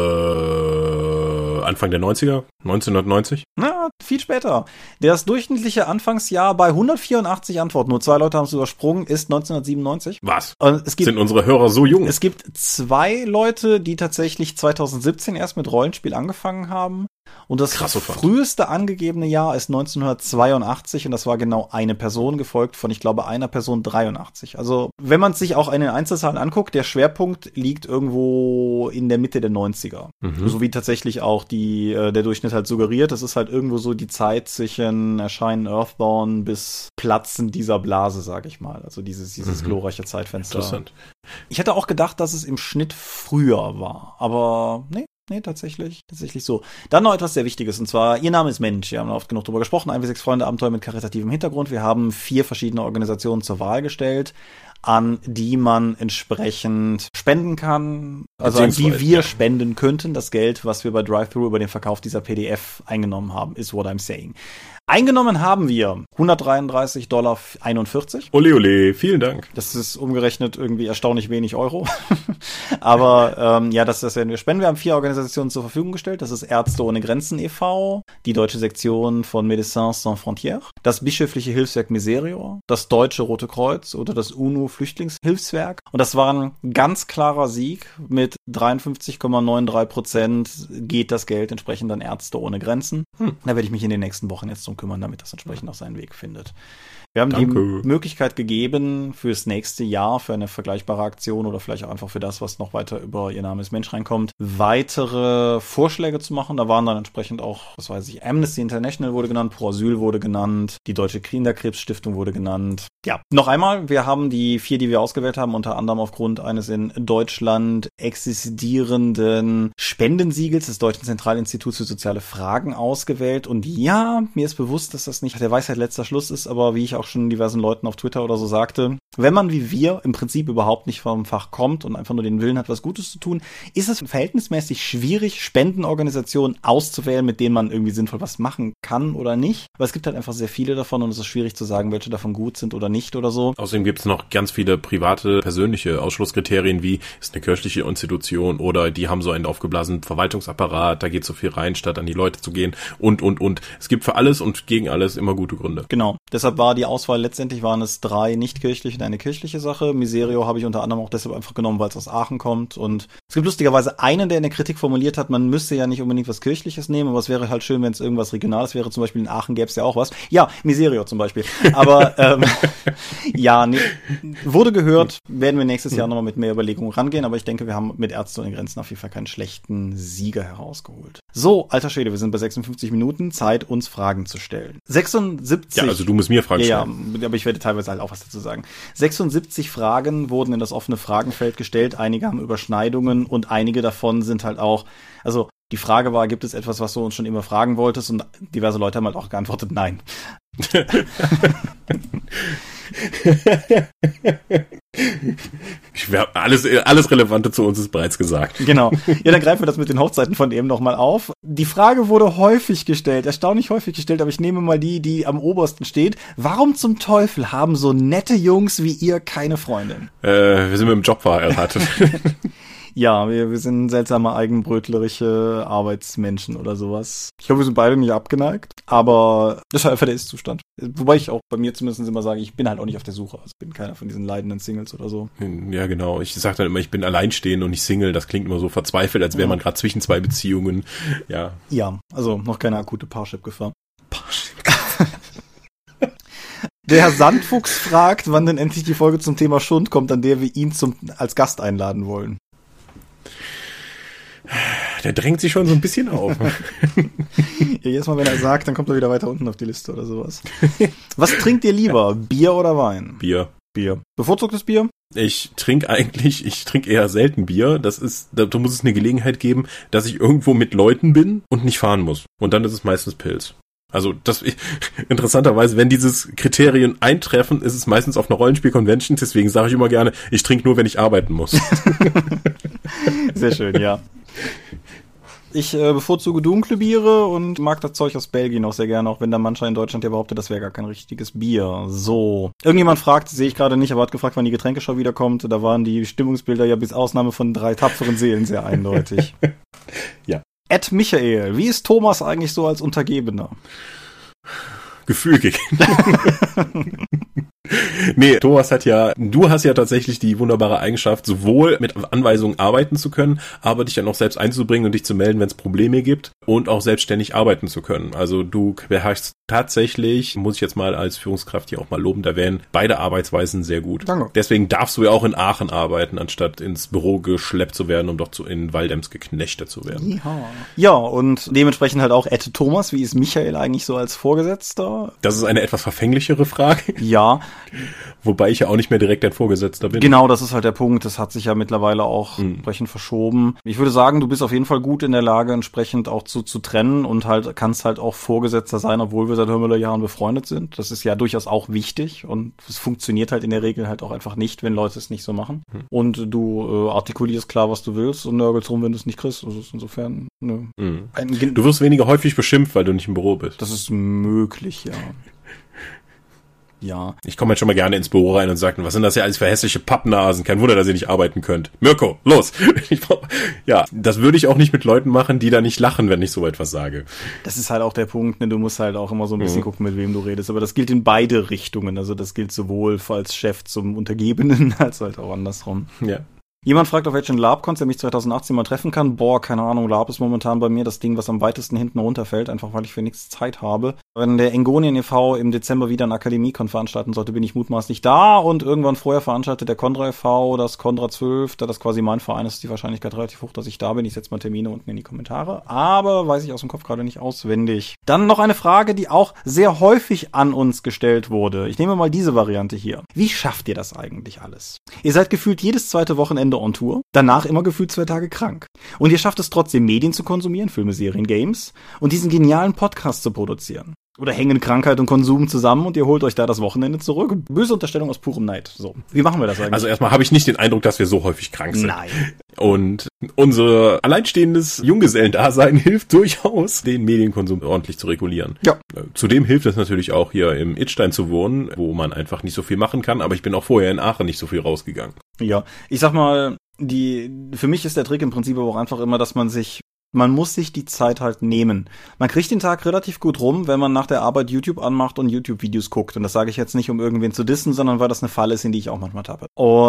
Anfang der 90er? 1990? Na, viel später. Das durchschnittliche Anfangsjahr bei 184 Antworten, nur 2 Leute haben es übersprungen, ist 1997. Was? Sind unsere Hörer so jung? Es gibt 2 Leute, die tatsächlich 2017 erst mit Rollenspiel angefangen haben. Und das früheste angegebene Jahr ist 1982 und das war genau eine Person, gefolgt von, ich glaube, einer Person 83. Also, wenn man sich auch in den Einzelzahlen anguckt, der Schwerpunkt liegt irgendwo in der Mitte der 90er. So wie tatsächlich auch der Durchschnitt halt suggeriert. Das ist halt irgendwo so die Zeit zwischen Erscheinen Earthbound bis Platzen dieser Blase, sag ich mal. Also dieses glorreiche Zeitfenster. Interessant. Ich hätte auch gedacht, dass es im Schnitt früher war, aber nee, tatsächlich so. Dann noch etwas sehr Wichtiges, und zwar, Ihr Name ist Mensch. Wir haben oft genug drüber gesprochen. 1-6 Freunde, Abenteuer mit karitativem Hintergrund. Wir haben 4 verschiedene Organisationen zur Wahl gestellt, an die man entsprechend spenden kann, also an die wir spenden könnten. Das Geld, was wir bei Drive-Thru über den Verkauf dieser PDF eingenommen haben, is what I'm saying. Eingenommen haben wir $133,41. Ole, ole, vielen Dank. Das ist umgerechnet irgendwie erstaunlich wenig Euro. Aber das werden wir spenden. Wir haben 4 Organisationen zur Verfügung gestellt. Das ist Ärzte ohne Grenzen e.V., die deutsche Sektion von Médecins Sans Frontières, das bischöfliche Hilfswerk Miserior, das Deutsche Rote Kreuz oder das UNO UNO-Flüchtlingshilfswerk. Und das war ein ganz klarer Sieg. Mit 53,93% geht das Geld entsprechend an Ärzte ohne Grenzen. Da werde ich mich in den nächsten Wochen jetzt drum kümmern, damit das entsprechend auch seinen Weg findet. Wir haben die Möglichkeit gegeben, fürs nächste Jahr, für eine vergleichbare Aktion oder vielleicht auch einfach für das, was noch weiter über Ihr Name ist Mensch reinkommt, weitere Vorschläge zu machen. Da waren dann entsprechend auch, was weiß ich, Amnesty International wurde genannt, Pro Asyl wurde genannt, die Deutsche Kinderkrebsstiftung wurde genannt. Ja, noch einmal, wir haben die 4, die wir ausgewählt haben, unter anderem aufgrund eines in Deutschland existierenden Spendensiegels des Deutschen Zentralinstituts für soziale Fragen ausgewählt. Und ja, mir ist bewusst, dass das nicht der Weisheit letzter Schluss ist, aber wie ich auch schon diversen Leuten auf Twitter oder so sagte, wenn man wie wir im Prinzip überhaupt nicht vom Fach kommt und einfach nur den Willen hat, was Gutes zu tun, ist es verhältnismäßig schwierig, Spendenorganisationen auszuwählen, mit denen man irgendwie sinnvoll was machen kann oder nicht. Aber es gibt halt einfach sehr viele davon und es ist schwierig zu sagen, welche davon gut sind oder nicht oder so. Außerdem gibt es noch ganz viele private, persönliche Ausschlusskriterien, wie ist eine kirchliche Institution oder die haben so einen aufgeblasenen Verwaltungsapparat, da geht so viel rein, statt an die Leute zu gehen und. Es gibt für alles und gegen alles immer gute Gründe. Genau. Deshalb war die Auswahl, letztendlich waren es 3 nicht kirchliche und eine kirchliche Sache. Miserio habe ich unter anderem auch deshalb einfach genommen, weil es aus Aachen kommt. Und es gibt lustigerweise einen, der in der Kritik formuliert hat, man müsste ja nicht unbedingt was Kirchliches nehmen, aber es wäre halt schön, wenn es irgendwas Regionales wäre. Zum Beispiel in Aachen gäbe es ja auch was. Ja, Miserio zum Beispiel. Aber ja, nee, wurde gehört, werden wir nächstes Jahr nochmal mit mehr Überlegungen rangehen, aber ich denke, wir haben mit Ärzte ohne Grenzen auf jeden Fall keinen schlechten Sieger herausgeholt. So, alter Schwede, wir sind bei 56 Minuten, Zeit, uns Fragen zu stellen. 76. Ja, also du musst mir Fragen stellen. Ja, aber ich werde teilweise halt auch was dazu sagen. 76 Fragen wurden in das offene Fragenfeld gestellt, einige haben Überschneidungen und einige davon sind halt auch, also die Frage war, gibt es etwas, was du uns schon immer fragen wolltest? Und diverse Leute haben halt auch geantwortet, nein. Alles Relevante zu uns ist bereits gesagt. Genau. Ja, dann greifen wir das mit den Hochzeiten von eben nochmal auf. Die Frage wurde häufig gestellt, erstaunlich häufig gestellt, aber ich nehme mal die am obersten steht. Warum zum Teufel haben so nette Jungs wie ihr keine Freundin? Wir sind mit dem Job verheiratet. Ja, wir sind seltsame, eigenbrötlerische Arbeitsmenschen oder sowas. Ich glaube, wir sind beide nicht abgeneigt, aber das ist halt einfach der Ist-Zustand. Wobei ich auch bei mir zumindest immer sage, ich bin halt auch nicht auf der Suche. Also ich bin keiner von diesen leidenden Singles oder so. Ja, genau. Ich sage dann immer, ich bin alleinstehend und nicht Single. Das klingt immer so verzweifelt, als wäre man gerade zwischen 2 Beziehungen. Ja. Ja, also noch keine akute Parship-Gefahr. Der Herr Sandfuchs fragt, wann denn endlich die Folge zum Thema Schund kommt, an der wir ihn als Gast einladen wollen. Der drängt sich schon so ein bisschen auf. Ja, jedes Mal, wenn er sagt, dann kommt er wieder weiter unten auf die Liste oder sowas. Was trinkt ihr lieber, Bier oder Wein? Bier. Bevorzugtes Bier? Ich trinke eher selten Bier. Da muss es eine Gelegenheit geben, dass ich irgendwo mit Leuten bin und nicht fahren muss. Und dann ist es meistens Pils. Also interessanterweise, wenn dieses Kriterien eintreffen, ist es meistens auf einer Rollenspiel-Convention. Deswegen sage ich immer gerne, ich trinke nur, wenn ich arbeiten muss. Sehr schön, ja. Ich bevorzuge dunkle Biere und mag das Zeug aus Belgien auch sehr gerne, auch wenn der Mancher in Deutschland ja behauptet, das wäre gar kein richtiges Bier. So. Irgendjemand fragt, sehe ich gerade nicht, aber hat gefragt, wann die Getränkeschau wiederkommt. Da waren die Stimmungsbilder ja bis Ausnahme von 3 tapferen Seelen sehr eindeutig. Ja. Michael, wie ist Thomas eigentlich so als Untergebener? Gefügig. Nee, du hast ja tatsächlich die wunderbare Eigenschaft, sowohl mit Anweisungen arbeiten zu können, aber dich dann auch selbst einzubringen und dich zu melden, wenn es Probleme gibt und auch selbstständig arbeiten zu können. Also du beherrschst tatsächlich, muss ich jetzt mal als Führungskraft hier auch mal lobend erwähnen, beide Arbeitsweisen sehr gut. Danke. Deswegen darfst du ja auch in Aachen arbeiten, anstatt ins Büro geschleppt zu werden, um doch in Waldems geknechtet zu werden. Ja, und dementsprechend halt auch Thomas, wie ist Michael eigentlich so als Vorgesetzter? Das ist eine etwas verfänglichere Frage. Ja. Wobei ich ja auch nicht mehr direkt ein Vorgesetzter bin. Genau, das ist halt der Punkt. Das hat sich ja mittlerweile auch entsprechend verschoben. Ich würde sagen, du bist auf jeden Fall gut in der Lage, entsprechend auch zu trennen und halt kannst halt auch Vorgesetzter sein, obwohl wir seit Jahren befreundet sind. Das ist ja durchaus auch wichtig und es funktioniert halt in der Regel halt auch einfach nicht, wenn Leute es nicht so machen. Und du artikulierst klar, was du willst und nörgelst rum, wenn du es nicht kriegst. Also insofern, ne. Du wirst weniger häufig beschimpft, weil du nicht im Büro bist. Das ist möglich, ja. Ja. Ich komme halt schon mal gerne ins Büro rein und sage, was sind das ja alles für hässliche Pappnasen? Kein Wunder, dass ihr nicht arbeiten könnt. Mirko, los! Ja, das würde ich auch nicht mit Leuten machen, die da nicht lachen, wenn ich so etwas sage. Das ist halt auch der Punkt, ne? Du musst halt auch immer so ein bisschen gucken, mit wem du redest. Aber das gilt in beide Richtungen. Also das gilt sowohl als Chef zum Untergebenen, als halt auch andersrum. Ja. Jemand fragt, auf welchen LARP-Cons er mich 2018 mal treffen kann. Boah, keine Ahnung, LARP ist momentan bei mir das Ding, was am weitesten hinten runterfällt, einfach weil ich für nichts Zeit habe. Wenn der Engonien e.V. im Dezember wieder eine Akademie-Con veranstalten sollte, bin ich mutmaßlich da, und irgendwann vorher veranstaltet der Condra e.V. das Condra 12, da das quasi mein Verein ist, ist die Wahrscheinlichkeit relativ hoch, dass ich da bin. Ich setze mal Termine unten in die Kommentare, aber weiß ich aus dem Kopf gerade nicht auswendig. Dann noch eine Frage, die auch sehr häufig an uns gestellt wurde. Ich nehme mal diese Variante hier. Wie schafft ihr das eigentlich alles? Ihr seid gefühlt jedes zweite Wochenende on Tour, danach immer gefühlt 2 Tage krank. Und ihr schafft es trotzdem, Medien zu konsumieren, Filme, Serien, Games, und diesen genialen Podcast zu produzieren. Oder hängen Krankheit und Konsum zusammen und ihr holt euch da das Wochenende zurück? Böse Unterstellung aus purem Neid. So, wie machen wir das eigentlich? Also erstmal habe ich nicht den Eindruck, dass wir so häufig krank sind. Nein. Und unser alleinstehendes Junggesellendasein hilft durchaus, den Medienkonsum ordentlich zu regulieren. Ja. Zudem hilft es natürlich auch, hier im Idstein zu wohnen, wo man einfach nicht so viel machen kann, aber ich bin auch vorher in Aachen nicht so viel rausgegangen. Ja, ich sag mal, für mich ist der Trick im Prinzip aber auch einfach immer, dass man muss sich die Zeit halt nehmen. Man kriegt den Tag relativ gut rum, wenn man nach der Arbeit YouTube anmacht und YouTube-Videos guckt. Und das sage ich jetzt nicht, um irgendwen zu dissen, sondern weil das eine Falle ist, in die ich auch manchmal tappe.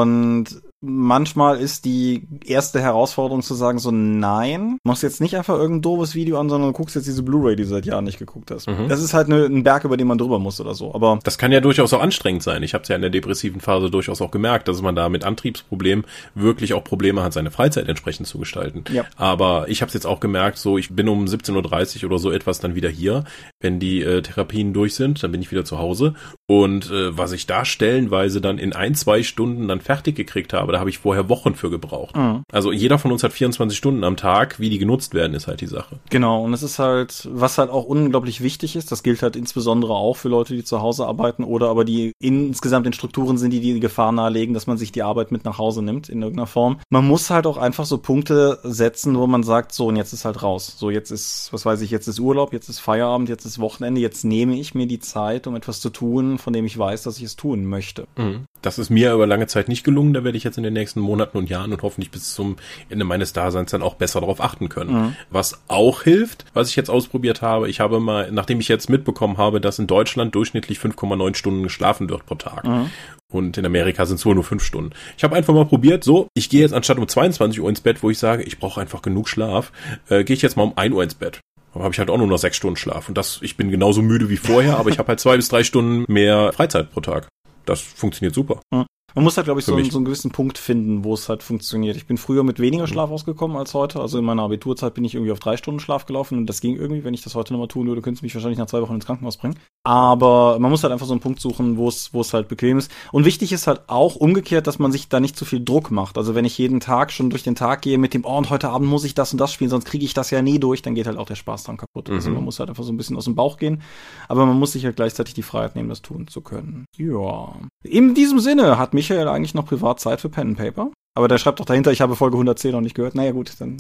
Und manchmal ist die erste Herausforderung zu sagen, so nein, machst jetzt nicht einfach irgendein doofes Video an, sondern du guckst jetzt diese Blu-ray, die du seit Jahren nicht geguckt hast. Das ist halt ein Berg, über den man drüber muss oder so. Aber das kann ja durchaus auch anstrengend sein. Ich habe es ja in der depressiven Phase durchaus auch gemerkt, dass man da mit Antriebsproblemen wirklich auch Probleme hat, seine Freizeit entsprechend zu gestalten. Ja. Aber ich habe es jetzt auch gemerkt, so ich bin um 17:30 Uhr oder so etwas dann wieder hier. Wenn die Therapien durch sind, dann bin ich wieder zu Hause. Und was ich da stellenweise dann in 1-2 Stunden dann fertig gekriegt habe, da habe ich vorher Wochen für gebraucht. Also jeder von uns hat 24 Stunden am Tag. Wie die genutzt werden, ist halt die Sache. Genau, und es ist halt, was halt auch unglaublich wichtig ist, das gilt halt insbesondere auch für Leute, die zu Hause arbeiten oder aber die insgesamt in Strukturen sind, die Gefahr nahelegen, dass man sich die Arbeit mit nach Hause nimmt in irgendeiner Form. Man muss halt auch einfach so Punkte setzen, wo man sagt, so, und jetzt ist halt raus. So, jetzt ist, was weiß ich, jetzt ist Urlaub, jetzt ist Feierabend, jetzt ist Wochenende, jetzt nehme ich mir die Zeit, um etwas zu tun, von dem ich weiß, dass ich es tun möchte. Das ist mir über lange Zeit nicht gelungen, da werde ich jetzt in den nächsten Monaten und Jahren und hoffentlich bis zum Ende meines Daseins dann auch besser darauf achten können. Was auch hilft, was ich jetzt ausprobiert habe, ich habe mal, nachdem ich jetzt mitbekommen habe, dass in Deutschland durchschnittlich 5,9 Stunden geschlafen wird pro Tag. Und in Amerika sind es wohl nur 5 Stunden. Ich habe einfach mal probiert, so, ich gehe jetzt anstatt um 22 Uhr ins Bett, wo ich sage, ich brauche einfach genug Schlaf, gehe ich jetzt mal um 1 Uhr ins Bett. Aber habe ich halt auch nur noch 6 Stunden Schlaf. Und ich bin genauso müde wie vorher, aber ich habe halt 2 bis 3 Stunden mehr Freizeit pro Tag. Das funktioniert super. Man muss halt, glaube ich, so einen gewissen Punkt finden, wo es halt funktioniert. Ich bin früher mit weniger Schlaf ausgekommen als heute. Also in meiner Abiturzeit bin ich irgendwie auf 3 Stunden Schlaf gelaufen und das ging irgendwie. Wenn ich das heute nochmal tun würde, könnte es mich wahrscheinlich nach 2 Wochen ins Krankenhaus bringen. Aber man muss halt einfach so einen Punkt suchen, wo es halt bequem ist. Und wichtig ist halt auch umgekehrt, dass man sich da nicht zu viel Druck macht. Also wenn ich jeden Tag schon durch den Tag gehe mit dem, und heute Abend muss ich das und das spielen, sonst kriege ich das ja nie durch, dann geht halt auch der Spaß dran kaputt. Also man muss halt einfach so ein bisschen aus dem Bauch gehen. Aber man muss sich halt gleichzeitig die Freiheit nehmen, das tun zu können. Ja. In diesem Sinne hat Michael eigentlich noch privat Zeit für Pen and Paper. Aber der schreibt doch dahinter, ich habe Folge 110 noch nicht gehört. Naja gut, dann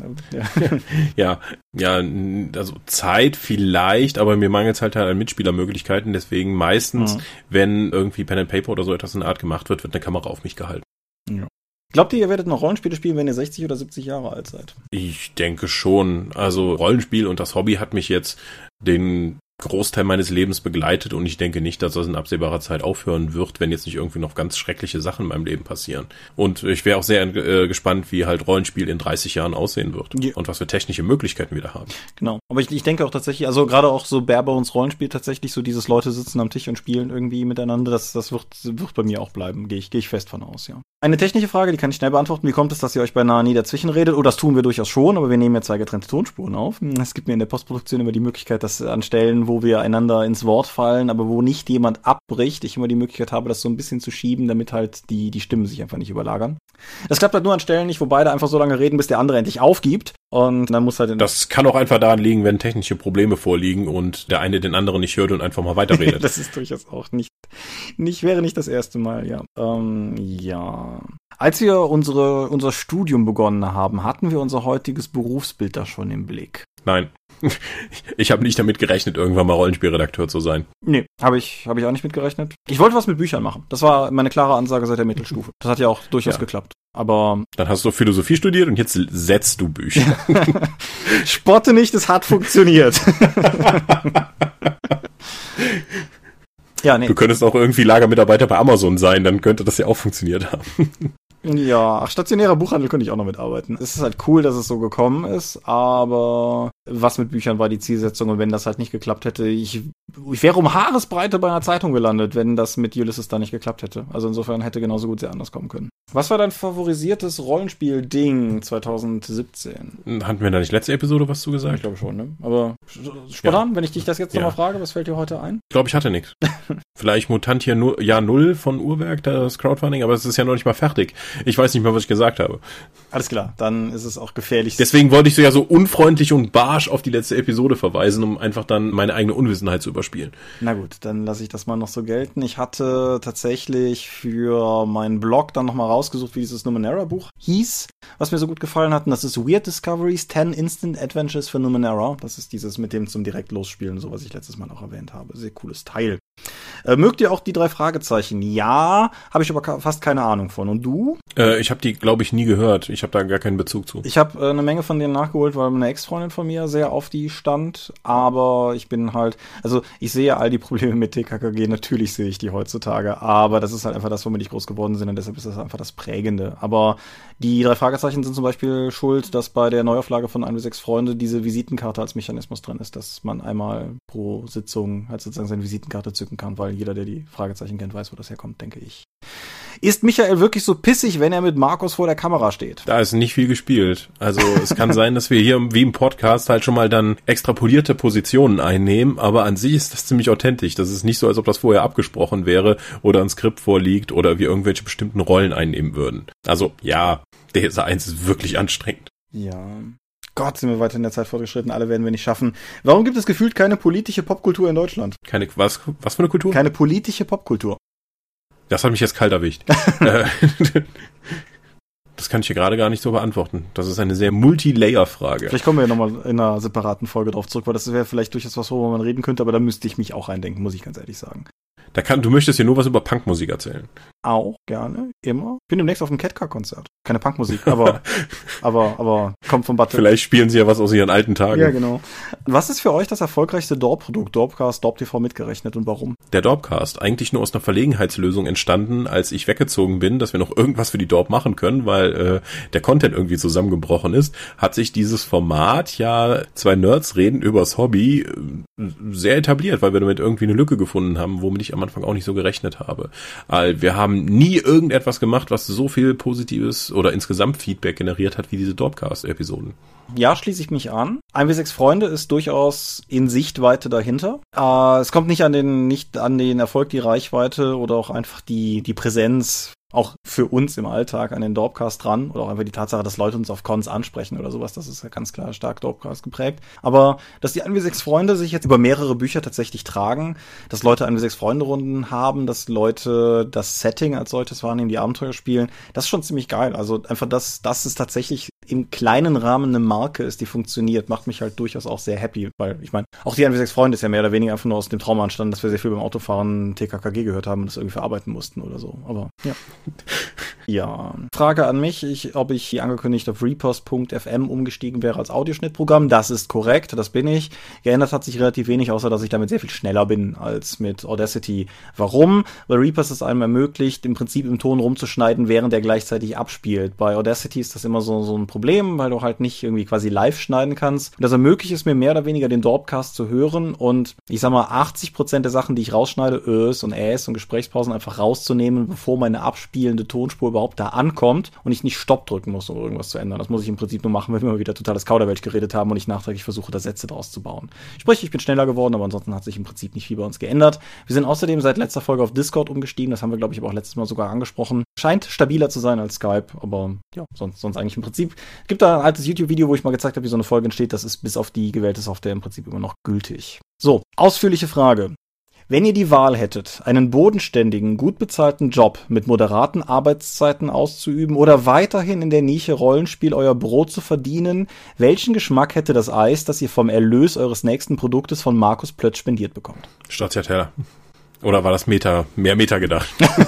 ja. ja, also Zeit vielleicht, aber mir mangelt es halt an Mitspielermöglichkeiten. Deswegen meistens, wenn irgendwie Pen and Paper oder so etwas in der Art gemacht wird, wird eine Kamera auf mich gehalten. Ja. Glaubt ihr, ihr werdet noch Rollenspiele spielen, wenn ihr 60 oder 70 Jahre alt seid? Ich denke schon. Also Rollenspiel und das Hobby hat mich jetzt den Großteil meines Lebens begleitet und ich denke nicht, dass das in absehbarer Zeit aufhören wird, wenn jetzt nicht irgendwie noch ganz schreckliche Sachen in meinem Leben passieren. Und ich wäre auch sehr gespannt, wie halt Rollenspiel in 30 Jahren aussehen wird und was für technische Möglichkeiten wir da haben. Genau, aber ich denke auch tatsächlich, also gerade auch so Barebones Rollenspiel tatsächlich, so dieses Leute sitzen am Tisch und spielen irgendwie miteinander, das wird bei mir auch bleiben, gehe ich fest von aus, ja. Eine technische Frage, die kann ich schnell beantworten. Wie kommt es, dass ihr euch beinahe nie dazwischen redet? Oh, das tun wir durchaus schon, aber wir nehmen ja 2 getrennte Tonspuren auf. Es gibt mir in der Postproduktion immer die Möglichkeit, dass an Stellen, wo wir einander ins Wort fallen, aber wo nicht jemand abbricht, ich immer die Möglichkeit habe, das so ein bisschen zu schieben, damit halt die Stimmen sich einfach nicht überlagern. Das klappt halt nur an Stellen nicht, wo beide einfach so lange reden, bis der andere endlich aufgibt. Und dann muss halt... Das kann auch einfach daran liegen, wenn technische Probleme vorliegen und der eine den anderen nicht hört und einfach mal weiterredet. Das ist durchaus auch wäre nicht das erste Mal, ja. Ja. Als wir unser Studium begonnen haben, hatten wir unser heutiges Berufsbild da schon im Blick. Nein. Ich habe nicht damit gerechnet, irgendwann mal Rollenspielredakteur zu sein. Nee, habe ich auch nicht mit gerechnet. Ich wollte was mit Büchern machen. Das war meine klare Ansage seit der Mittelstufe. Das hat ja auch durchaus geklappt. Aber dann hast du Philosophie studiert und jetzt setzt du Bücher. Spotte nicht, es hat funktioniert. Ja, nee. Du könntest auch irgendwie Lagermitarbeiter bei Amazon sein, dann könnte das ja auch funktioniert haben. Ja, stationärer Buchhandel könnte ich auch noch mitarbeiten. Es ist halt cool, dass es so gekommen ist, aber was mit Büchern war die Zielsetzung und wenn das halt nicht geklappt hätte, ich wäre um Haaresbreite bei einer Zeitung gelandet, wenn das mit Ulysses da nicht geklappt hätte. Also insofern hätte genauso gut sehr anders kommen können. Was war dein favorisiertes Rollenspiel-Ding 2017? Hatten wir da nicht letzte Episode was zu gesagt? Ich glaube schon, ne? Aber spontan, wenn ich dich das jetzt nochmal frage, was fällt dir heute ein? Ich glaube, ich hatte nichts. Vielleicht Mutantia Jahr 0 von Uhrwerk, das Crowdfunding, aber es ist ja noch nicht mal fertig. Ich weiß nicht mehr, was ich gesagt habe. Alles klar, dann ist es auch gefährlich. Deswegen wollte ich so ja so unfreundlich und barsch auf die letzte Episode verweisen, um einfach dann meine eigene Unwissenheit zu überspielen. Na gut, dann lasse ich das mal noch so gelten. Ich hatte tatsächlich für meinen Blog dann nochmal rausgesucht, wie dieses Numenera-Buch hieß, was mir so gut gefallen hat. Und das ist Weird Discoveries, 10 Instant Adventures für Numenera. Das ist dieses mit dem zum direkt losspielen, so was ich letztes Mal auch erwähnt habe. Sehr cooles Teil. Mögt ihr auch die 3 Fragezeichen? Ja, habe ich aber fast keine Ahnung von. Und du? Ich habe die, glaube ich, nie gehört. Ich habe da gar keinen Bezug zu. Ich habe eine Menge von denen nachgeholt, weil eine Ex-Freundin von mir sehr auf die stand. Aber ich bin halt, also ich sehe all die Probleme mit TKKG, natürlich sehe ich die heutzutage. Aber das ist halt einfach das, womit ich groß geworden bin und deshalb ist das einfach das Prägende. Aber die 3 Fragezeichen sind zum Beispiel schuld, dass bei der Neuauflage von 1 bis 6 Freunde diese Visitenkarte als Mechanismus drin ist, dass man einmal pro Sitzung halt sozusagen seine Visitenkarte zücken kann, weil jeder, der die Fragezeichen kennt, weiß, wo das herkommt, denke ich. Ist Michael wirklich so pissig, wenn er mit Markus vor der Kamera steht? Da ist nicht viel gespielt. Also es kann sein, dass wir hier wie im Podcast halt schon mal dann extrapolierte Positionen einnehmen, aber an sich ist das ziemlich authentisch. Das ist nicht so, als ob das vorher abgesprochen wäre oder ein Skript vorliegt oder wir irgendwelche bestimmten Rollen einnehmen würden. Also ja, DSA 1 ist wirklich anstrengend. Ja. Gott, sind wir weiter in der Zeit fortgeschritten, alle werden wir nicht schaffen. Warum gibt es gefühlt keine politische Popkultur in Deutschland? Was für eine Kultur? Keine politische Popkultur. Das hat mich jetzt kalt erwischt. Das kann ich hier gerade gar nicht so beantworten. Das ist eine sehr Multi-Layer-Frage. Vielleicht kommen wir ja nochmal in einer separaten Folge drauf zurück, weil das wäre vielleicht durchaus was, worüber man reden könnte, aber da müsste ich mich auch reindenken, muss ich ganz ehrlich sagen. Du möchtest hier nur was über Punkmusik erzählen. Auch, gerne, immer. Ich bin demnächst auf einem Catcar-Konzert. Keine Punkmusik, aber kommt vom Butler. Vielleicht spielen sie ja was aus ihren alten Tagen. Ja, genau. Was ist für euch das erfolgreichste Dorp-Produkt? Dorpcast, Dorp-TV mitgerechnet und warum? Der Dorpcast, eigentlich nur aus einer Verlegenheitslösung entstanden, als ich weggezogen bin, dass wir noch irgendwas für die Dorp machen können, weil der Content irgendwie zusammengebrochen ist, hat sich dieses Format, ja, 2 Nerds reden übers Hobby, sehr etabliert, weil wir damit irgendwie eine Lücke gefunden haben, womit ich am Anfang auch nicht so gerechnet habe. Wir haben nie irgendetwas gemacht, was so viel positives oder insgesamt Feedback generiert hat wie diese Dorpcast-Episoden. Ja, schließe ich mich an. 1 bis 6 Freunde ist durchaus in Sichtweite dahinter. Es kommt nicht an den Erfolg, die Reichweite oder auch einfach die Präsenz auch für uns im Alltag an den Dorpcast dran oder auch einfach die Tatsache, dass Leute uns auf Cons ansprechen oder sowas, das ist ja ganz klar stark Dorpcast geprägt. Aber dass die 1 bis 6 Freunde sich jetzt über mehrere Bücher tatsächlich tragen, dass Leute 1 bis 6 Freunde-Runden haben, dass Leute das Setting als solches wahrnehmen, die Abenteuer spielen, das ist schon ziemlich geil. Also einfach, dass es tatsächlich im kleinen Rahmen eine Marke ist, die funktioniert, macht mich halt durchaus auch sehr happy, weil ich meine, auch die 1 bis 6 Freunde ist ja mehr oder weniger einfach nur aus dem Trauma entstanden, dass wir sehr viel beim Autofahren TKKG gehört haben und das irgendwie verarbeiten mussten oder so. Aber ja. Ja, Frage an mich, ob ich wie angekündigt auf repost.fm umgestiegen wäre als Audioschnittprogramm. Das ist korrekt, das bin ich. Geändert hat sich relativ wenig, außer dass ich damit sehr viel schneller bin als mit Audacity. Warum? Weil Repost es einem ermöglicht, im Prinzip im Ton rumzuschneiden, während er gleichzeitig abspielt. Bei Audacity ist das immer so ein Problem, weil du halt nicht irgendwie quasi live schneiden kannst. Und das ermöglicht es mir mehr oder weniger, den Dorpcast zu hören und ich sag mal 80% der Sachen, die ich rausschneide, und Gesprächspausen einfach rauszunehmen, bevor meine abspielende Tonspur überhaupt da ankommt und ich nicht Stopp drücken muss, um irgendwas zu ändern. Das muss ich im Prinzip nur machen, wenn wir mal wieder totales Kauderwelsch geredet haben und ich nachträglich versuche, da Sätze draus zu bauen. Sprich, ich bin schneller geworden, aber ansonsten hat sich im Prinzip nicht viel bei uns geändert. Wir sind außerdem seit letzter Folge auf Discord umgestiegen, das haben wir, glaube ich, aber auch letztes Mal sogar angesprochen. Scheint stabiler zu sein als Skype, aber ja, sonst eigentlich im Prinzip. Es gibt da ein altes YouTube-Video, wo ich mal gezeigt habe, wie so eine Folge entsteht. Das ist bis auf die gewählte Software im Prinzip immer noch gültig. So, ausführliche Frage. Wenn ihr die Wahl hättet, einen bodenständigen, gut bezahlten Job mit moderaten Arbeitszeiten auszuüben oder weiterhin in der Nische Rollenspiel euer Brot zu verdienen, welchen Geschmack hätte das Eis, das ihr vom Erlös eures nächsten Produktes von Markus Plötz spendiert bekommt? Stracciatella. Oder war das mehr Meta gedacht?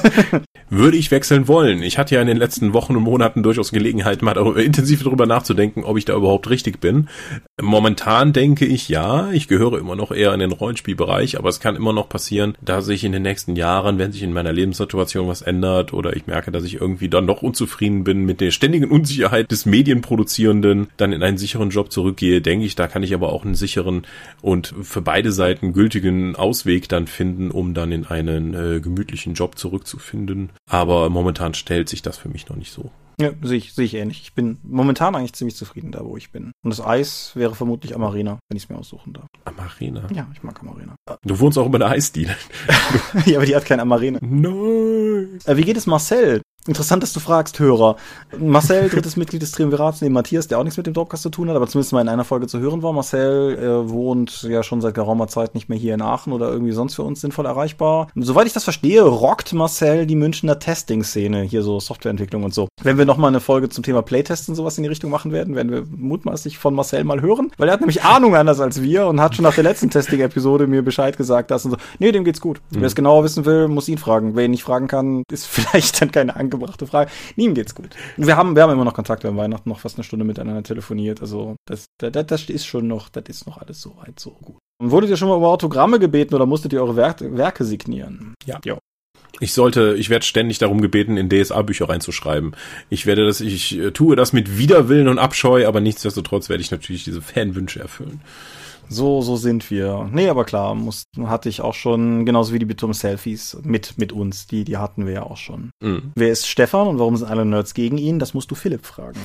Würde ich wechseln wollen. Ich hatte ja in den letzten Wochen und Monaten durchaus Gelegenheit, mal intensiv darüber nachzudenken, ob ich da überhaupt richtig bin. Momentan denke ich, ja, ich gehöre immer noch eher in den Rollenspielbereich, aber es kann immer noch passieren, dass ich in den nächsten Jahren, wenn sich in meiner Lebenssituation was ändert oder ich merke, dass ich irgendwie dann doch unzufrieden bin mit der ständigen Unsicherheit des Medienproduzierenden, dann in einen sicheren Job zurückgehe, denke ich, da kann ich aber auch einen sicheren und für beide Seiten gültigen Ausweg dann finden, um dann in einen gemütlichen Job zurückzufinden. Aber momentan stellt sich das für mich noch nicht so. Ja, sehe ich ähnlich. Ich bin momentan eigentlich ziemlich zufrieden da, wo ich bin. Und das Eis wäre vermutlich Amarena, wenn ich es mir aussuchen darf. Amarena? Ja, ich mag Amarena. Du wohnst auch über der Eisdiele. Ja, aber die hat kein Amarena. Nein. Wie geht es Marcel? Interessant, dass du fragst, Hörer. Marcel, drittes Mitglied des Triumvirats, neben Matthias, der auch nichts mit dem Dropcast zu tun hat, aber zumindest mal in einer Folge zu hören war. Marcel wohnt ja schon seit geraumer Zeit nicht mehr hier in Aachen oder irgendwie sonst für uns sinnvoll erreichbar. Soweit ich das verstehe, rockt Marcel die Münchner Testing-Szene, hier so Softwareentwicklung und so. Wenn wir nochmal eine Folge zum Thema Playtest und sowas in die Richtung machen werden wir mutmaßlich von Marcel mal hören, weil er hat nämlich Ahnung anders als wir und hat schon nach der letzten Testing-Episode mir Bescheid gesagt, dass und so, nee, dem geht's gut. Wer es genauer wissen will, muss ihn fragen. Wer ihn nicht fragen kann, ist vielleicht dann keine angebrachte Frage. Ihm geht's gut. Wir haben immer noch Kontakt, wir haben Weihnachten noch fast eine Stunde miteinander telefoniert, also das ist schon noch, das ist noch alles so weit so gut. Und wurdet ihr schon mal um Autogramme gebeten oder musstet ihr eure Werke signieren? Ja. Ich werde ständig darum gebeten, in DSA-Bücher reinzuschreiben. Ich tue das mit Widerwillen und Abscheu, aber nichtsdestotrotz werde ich natürlich diese Fanwünsche erfüllen. So sind wir. Nee, aber klar, hatte ich auch schon, genauso wie die Bitum-Selfies mit uns, die hatten wir ja auch schon. Mhm. Wer ist Stefan und warum sind alle Nerds gegen ihn? Das musst du Philipp fragen.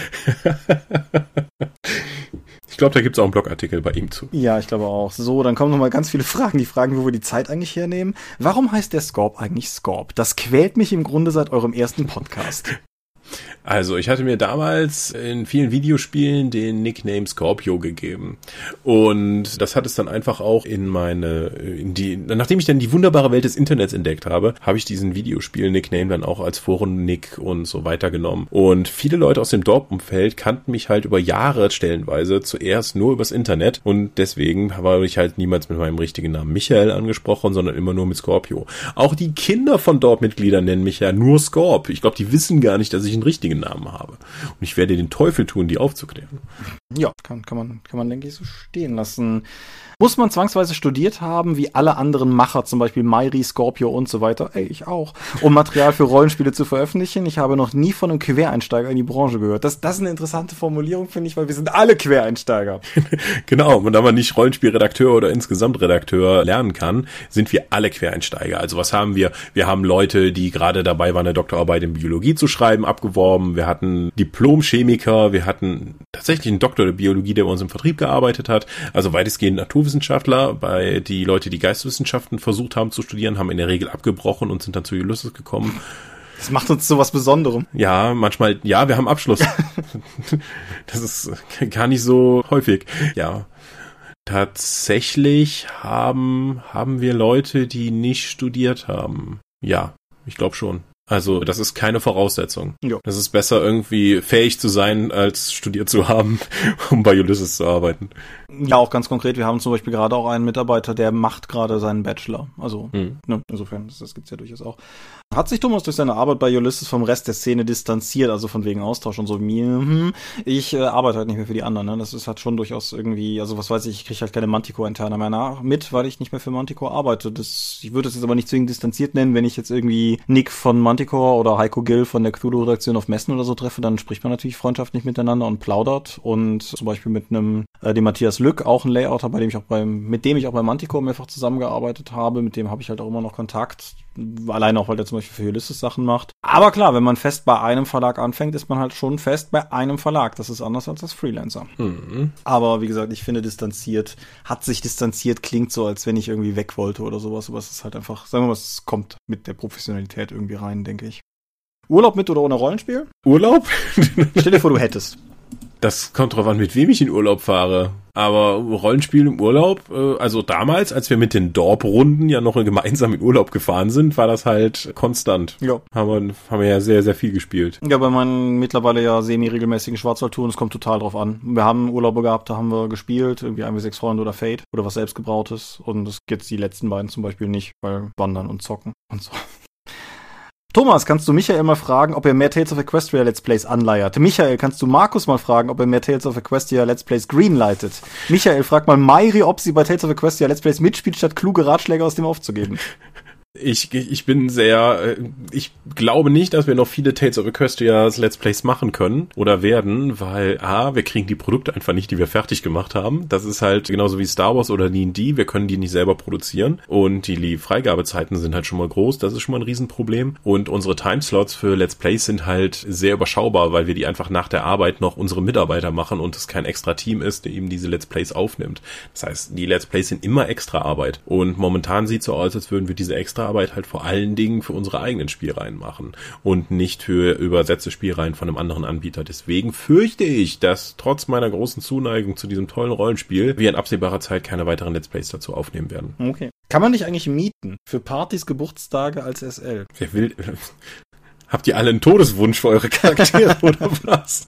Ich glaube, da gibt's auch einen Blogartikel bei ihm zu. Ja, ich glaube auch. So, dann kommen nochmal ganz viele Fragen. Die fragen, wo wir die Zeit eigentlich hernehmen. Warum heißt der Scorp eigentlich Scorp? Das quält mich im Grunde seit eurem ersten Podcast. Also, ich hatte mir damals in vielen Videospielen den Nickname Scorpio gegeben. Und das hat es dann einfach auch nachdem ich dann die wunderbare Welt des Internets entdeckt habe, habe ich diesen Videospiel-Nickname dann auch als Foren-Nick und so weitergenommen. Und viele Leute aus dem Dorp-Umfeld kannten mich halt über Jahre stellenweise zuerst nur übers Internet. Und deswegen habe ich halt niemals mit meinem richtigen Namen Michael angesprochen, sondern immer nur mit Scorpio. Auch die Kinder von Dorp-Mitgliedern nennen mich ja nur Scorp. Ich glaube, die wissen gar nicht, dass ich einen richtigen Namen habe. Und ich werde den Teufel tun, die aufzuklären. Ja, kann man, denke ich, so stehen lassen. Muss man zwangsweise studiert haben, wie alle anderen Macher, zum Beispiel Mairi, Scorpio und so weiter, ich auch, um Material für Rollenspiele zu veröffentlichen? Ich habe noch nie von einem Quereinsteiger in die Branche gehört. Das ist eine interessante Formulierung, finde ich, weil wir sind alle Quereinsteiger. Genau, und da man nicht Rollenspielredakteur oder insgesamt Redakteur lernen kann, sind wir alle Quereinsteiger. Also was haben wir? Wir haben Leute, die gerade dabei waren, eine Doktorarbeit in Biologie zu schreiben, abgeworben. Wir hatten Diplom-Chemiker, wir hatten tatsächlich einen Doktor der Biologie, der bei uns im Vertrieb gearbeitet hat. Also weitestgehend Naturwissenschaftler, bei die Leute, die Geisteswissenschaften versucht haben zu studieren, haben in der Regel abgebrochen und sind dann zu Ulysses gekommen. Das macht uns zu was Besonderem. Ja, manchmal, ja, wir haben Abschluss. Das ist gar nicht so häufig. Ja, tatsächlich haben wir Leute, die nicht studiert haben. Ja, ich glaube schon. Also das ist keine Voraussetzung. Jo. Das ist besser, irgendwie fähig zu sein, als studiert zu haben, um bei Ulysses zu arbeiten. Ja, auch ganz konkret. Wir haben zum Beispiel gerade auch einen Mitarbeiter, der macht gerade seinen Bachelor. Also insofern, das gibt's ja durchaus auch. Hat sich Thomas durch seine Arbeit bei Ulysses vom Rest der Szene distanziert, also von wegen Austausch und so. Ich arbeite halt nicht mehr für die anderen. Ne? Das ist halt schon durchaus irgendwie, also was weiß ich kriege halt keine Manticore-Interne mehr mit, weil ich nicht mehr für Manticore arbeite. Ich würde es jetzt aber nicht zwingend distanziert nennen, wenn ich jetzt irgendwie Nick von Manticore oder Heiko Gill von der Cthulhu-Redaktion auf Messen oder so treffe, dann spricht man natürlich freundschaftlich miteinander und plaudert. Und zum Beispiel mit dem Matthias Lück, auch ein Layouter, mit dem ich auch bei Manticore mehrfach zusammengearbeitet habe, mit dem habe ich halt auch immer noch Kontakt. Alleine auch, weil der zum Beispiel für Ulysses Sachen macht. Aber klar, wenn man fest bei einem Verlag anfängt, ist man halt schon fest bei einem Verlag. Das ist anders als Freelancer. Mhm. Aber wie gesagt, ich finde hat sich distanziert, klingt so, als wenn ich irgendwie weg wollte oder sowas. Aber es ist halt einfach, sagen wir mal, es kommt mit der Professionalität irgendwie rein, denke ich. Urlaub mit oder ohne Rollenspiel? Urlaub? Stell dir vor, du hättest. Das kommt drauf an, mit wem ich in Urlaub fahre. Aber Rollenspiel im Urlaub, also damals, als wir mit den Dorp-Runden ja noch gemeinsam in Urlaub gefahren sind, war das halt konstant. Ja. Haben wir ja sehr, sehr viel gespielt. Ja, bei meinen mittlerweile ja semi-regelmäßigen Schwarzwaldtouren, es kommt total drauf an. Wir haben Urlaube gehabt, da haben wir gespielt, irgendwie 1v6 Freunde oder Fate oder was selbstgebrautes. Und das jetzt die letzten beiden zum Beispiel nicht, weil Wandern und Zocken und so. Thomas, kannst du Michael mal fragen, ob er mehr Tales of Equestria Let's Plays anleiert? Michael, kannst du Markus mal fragen, ob er mehr Tales of Equestria Let's Plays greenlightet? Michael, frag mal Mairi, ob sie bei Tales of Equestria Let's Plays mitspielt, statt kluge Ratschläge aus dem aufzugeben. Ich glaube nicht, dass wir noch viele Tales of Equestria's Let's Plays machen können oder werden, weil wir kriegen die Produkte einfach nicht, die wir fertig gemacht haben. Das ist halt genauso wie Star Wars oder D&D, wir können die nicht selber produzieren und die Freigabezeiten sind halt schon mal groß, das ist schon mal ein Riesenproblem und unsere Timeslots für Let's Plays sind halt sehr überschaubar, weil wir die einfach nach der Arbeit noch unsere Mitarbeiter machen und es kein extra Team ist, der eben diese Let's Plays aufnimmt. Das heißt, die Let's Plays sind immer extra Arbeit und momentan sieht es so aus, als würden wir diese extra Arbeit halt vor allen Dingen für unsere eigenen Spielreihen machen und nicht für übersetzte Spielreihen von einem anderen Anbieter. Deswegen fürchte ich, dass trotz meiner großen Zuneigung zu diesem tollen Rollenspiel wir in absehbarer Zeit keine weiteren Let's Plays dazu aufnehmen werden. Okay. Kann man dich eigentlich mieten für Partys, Geburtstage als SL? Wer will... Habt ihr alle einen Todeswunsch für eure Charaktere oder was?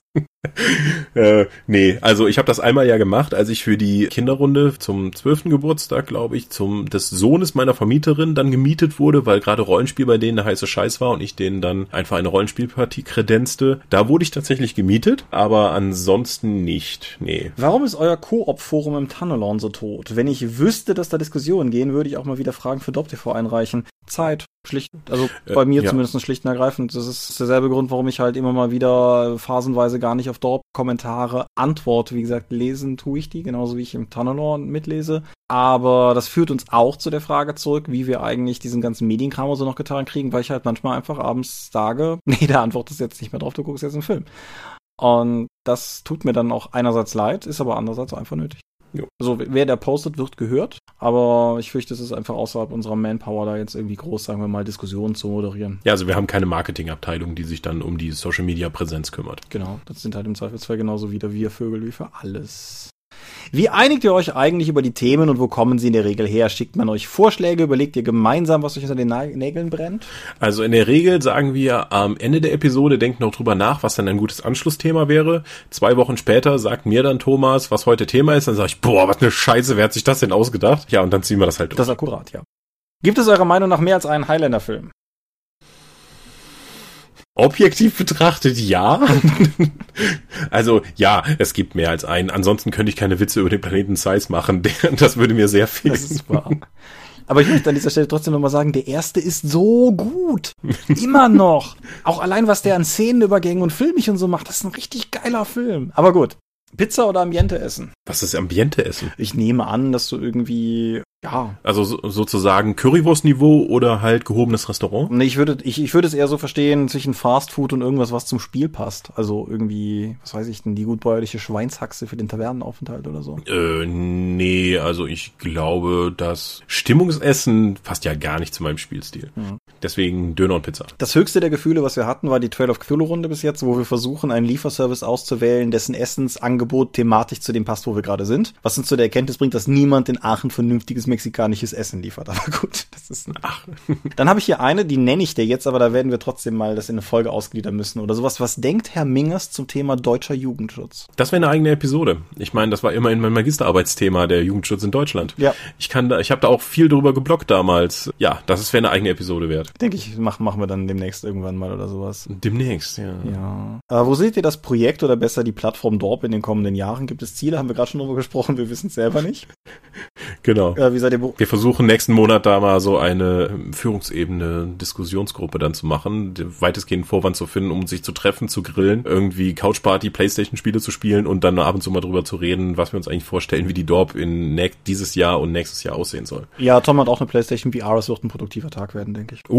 Nee, also ich habe das einmal ja gemacht, als ich für die Kinderrunde zum 12. Geburtstag, glaube ich, des Sohnes meiner Vermieterin dann gemietet wurde, weil gerade Rollenspiel bei denen der heiße Scheiß war und ich denen dann einfach eine Rollenspielpartie kredenzte. Da wurde ich tatsächlich gemietet, aber ansonsten nicht, nee. Warum ist euer Koop-Forum im Tunnelon so tot? Wenn ich wüsste, dass da Diskussionen gehen, würde ich auch mal wieder Fragen für DopTV einreichen. Zeit, schlicht, also bei mir zumindest schlicht und ergreifend. Das ist derselbe Grund, warum ich halt immer mal wieder phasenweise gar nicht auf Dorp-Kommentare antworte. Wie gesagt, lesen tue ich die, genauso wie ich im Tunnelon mitlese. Aber das führt uns auch zu der Frage zurück, wie wir eigentlich diesen ganzen Medienkram so noch getan kriegen, weil ich halt manchmal einfach abends sage, nee, der antwortet jetzt nicht mehr drauf, du guckst jetzt einen Film. Und das tut mir dann auch einerseits leid, ist aber andererseits einfach nötig. Jo. Also wer da postet, wird gehört, aber ich fürchte, es ist einfach außerhalb unserer Manpower, da jetzt irgendwie groß, sagen wir mal, Diskussionen zu moderieren. Ja, also wir haben keine Marketingabteilung, die sich dann um die Social-Media-Präsenz kümmert. Genau, das sind halt im Zweifelsfall genauso wieder wir Vögel wie für alles. Wie einigt ihr euch eigentlich über die Themen und wo kommen sie in der Regel her? Schickt man euch Vorschläge? Überlegt ihr gemeinsam, was euch unter den Nägeln brennt? Also in der Regel sagen wir am Ende der Episode, denkt noch drüber nach, was dann ein gutes Anschlussthema wäre. 2 Wochen später sagt mir dann Thomas, was heute Thema ist. Dann sage ich, boah, was eine Scheiße, wer hat sich das denn ausgedacht? Ja, und dann ziehen wir das halt durch. Das ist akkurat, ja. Gibt es eurer Meinung nach mehr als einen Highlander-Film? Objektiv betrachtet, ja. Also, ja, es gibt mehr als einen. Ansonsten könnte ich keine Witze über den Planeten Size machen. Das würde mir sehr fehlen. Das ist wahr. Aber ich möchte an dieser Stelle trotzdem nochmal sagen, der erste ist so gut. Immer noch. Auch allein, was der an Szenenübergängen und filmig und so macht, das ist ein richtig geiler Film. Aber gut. Pizza oder Ambiente essen? Was ist Ambiente essen? Ich nehme an, dass du irgendwie, ja. Also sozusagen Currywurstniveau oder halt gehobenes Restaurant? Nee, ich würde es eher so verstehen, zwischen Fast Food und irgendwas, was zum Spiel passt. Also irgendwie, was weiß ich denn, die gutbäuerliche Schweinshaxe für den Tavernenaufenthalt oder so? Nee, also ich glaube, das Stimmungsessen passt ja gar nicht zu meinem Spielstil. Mhm. Deswegen Döner und Pizza. Das höchste der Gefühle, was wir hatten, war die Trail of Cthulhu-Runde bis jetzt, wo wir versuchen, einen Lieferservice auszuwählen, dessen Essensangebot thematisch zu dem passt, wo wir gerade sind. Was uns zu der Erkenntnis bringt, dass niemand in Aachen vernünftiges mexikanisches Essen liefert. Aber gut, das ist Dann habe ich hier eine, die nenne ich dir jetzt, aber da werden wir trotzdem mal das in eine Folge ausgliedern müssen oder sowas. Was denkt Herr Mingers zum Thema deutscher Jugendschutz? Das wäre eine eigene Episode. Ich meine, das war immerhin mein Magisterarbeitsthema, der Jugendschutz in Deutschland. Ja. Ich habe da auch viel drüber gebloggt damals. Ja, das wäre eine eigene Episode wert. Denke ich, machen wir dann demnächst irgendwann mal oder sowas. Demnächst, ja. Wo seht ihr das Projekt oder besser die Plattform Dorp in den kommenden Jahren? Gibt es Ziele? Haben wir gerade schon drüber gesprochen, wir wissen es selber nicht. Genau. Wie seid ihr wir versuchen nächsten Monat da mal so eine Führungsebene, Diskussionsgruppe dann zu machen, weitestgehend Vorwand zu finden, um sich zu treffen, zu grillen, irgendwie Couchparty, Playstation-Spiele zu spielen und dann ab und zu mal drüber zu reden, was wir uns eigentlich vorstellen, wie die Dorp in dieses Jahr und nächstes Jahr aussehen soll. Ja, Tom hat auch eine Playstation VR, es wird ein produktiver Tag werden, denke ich.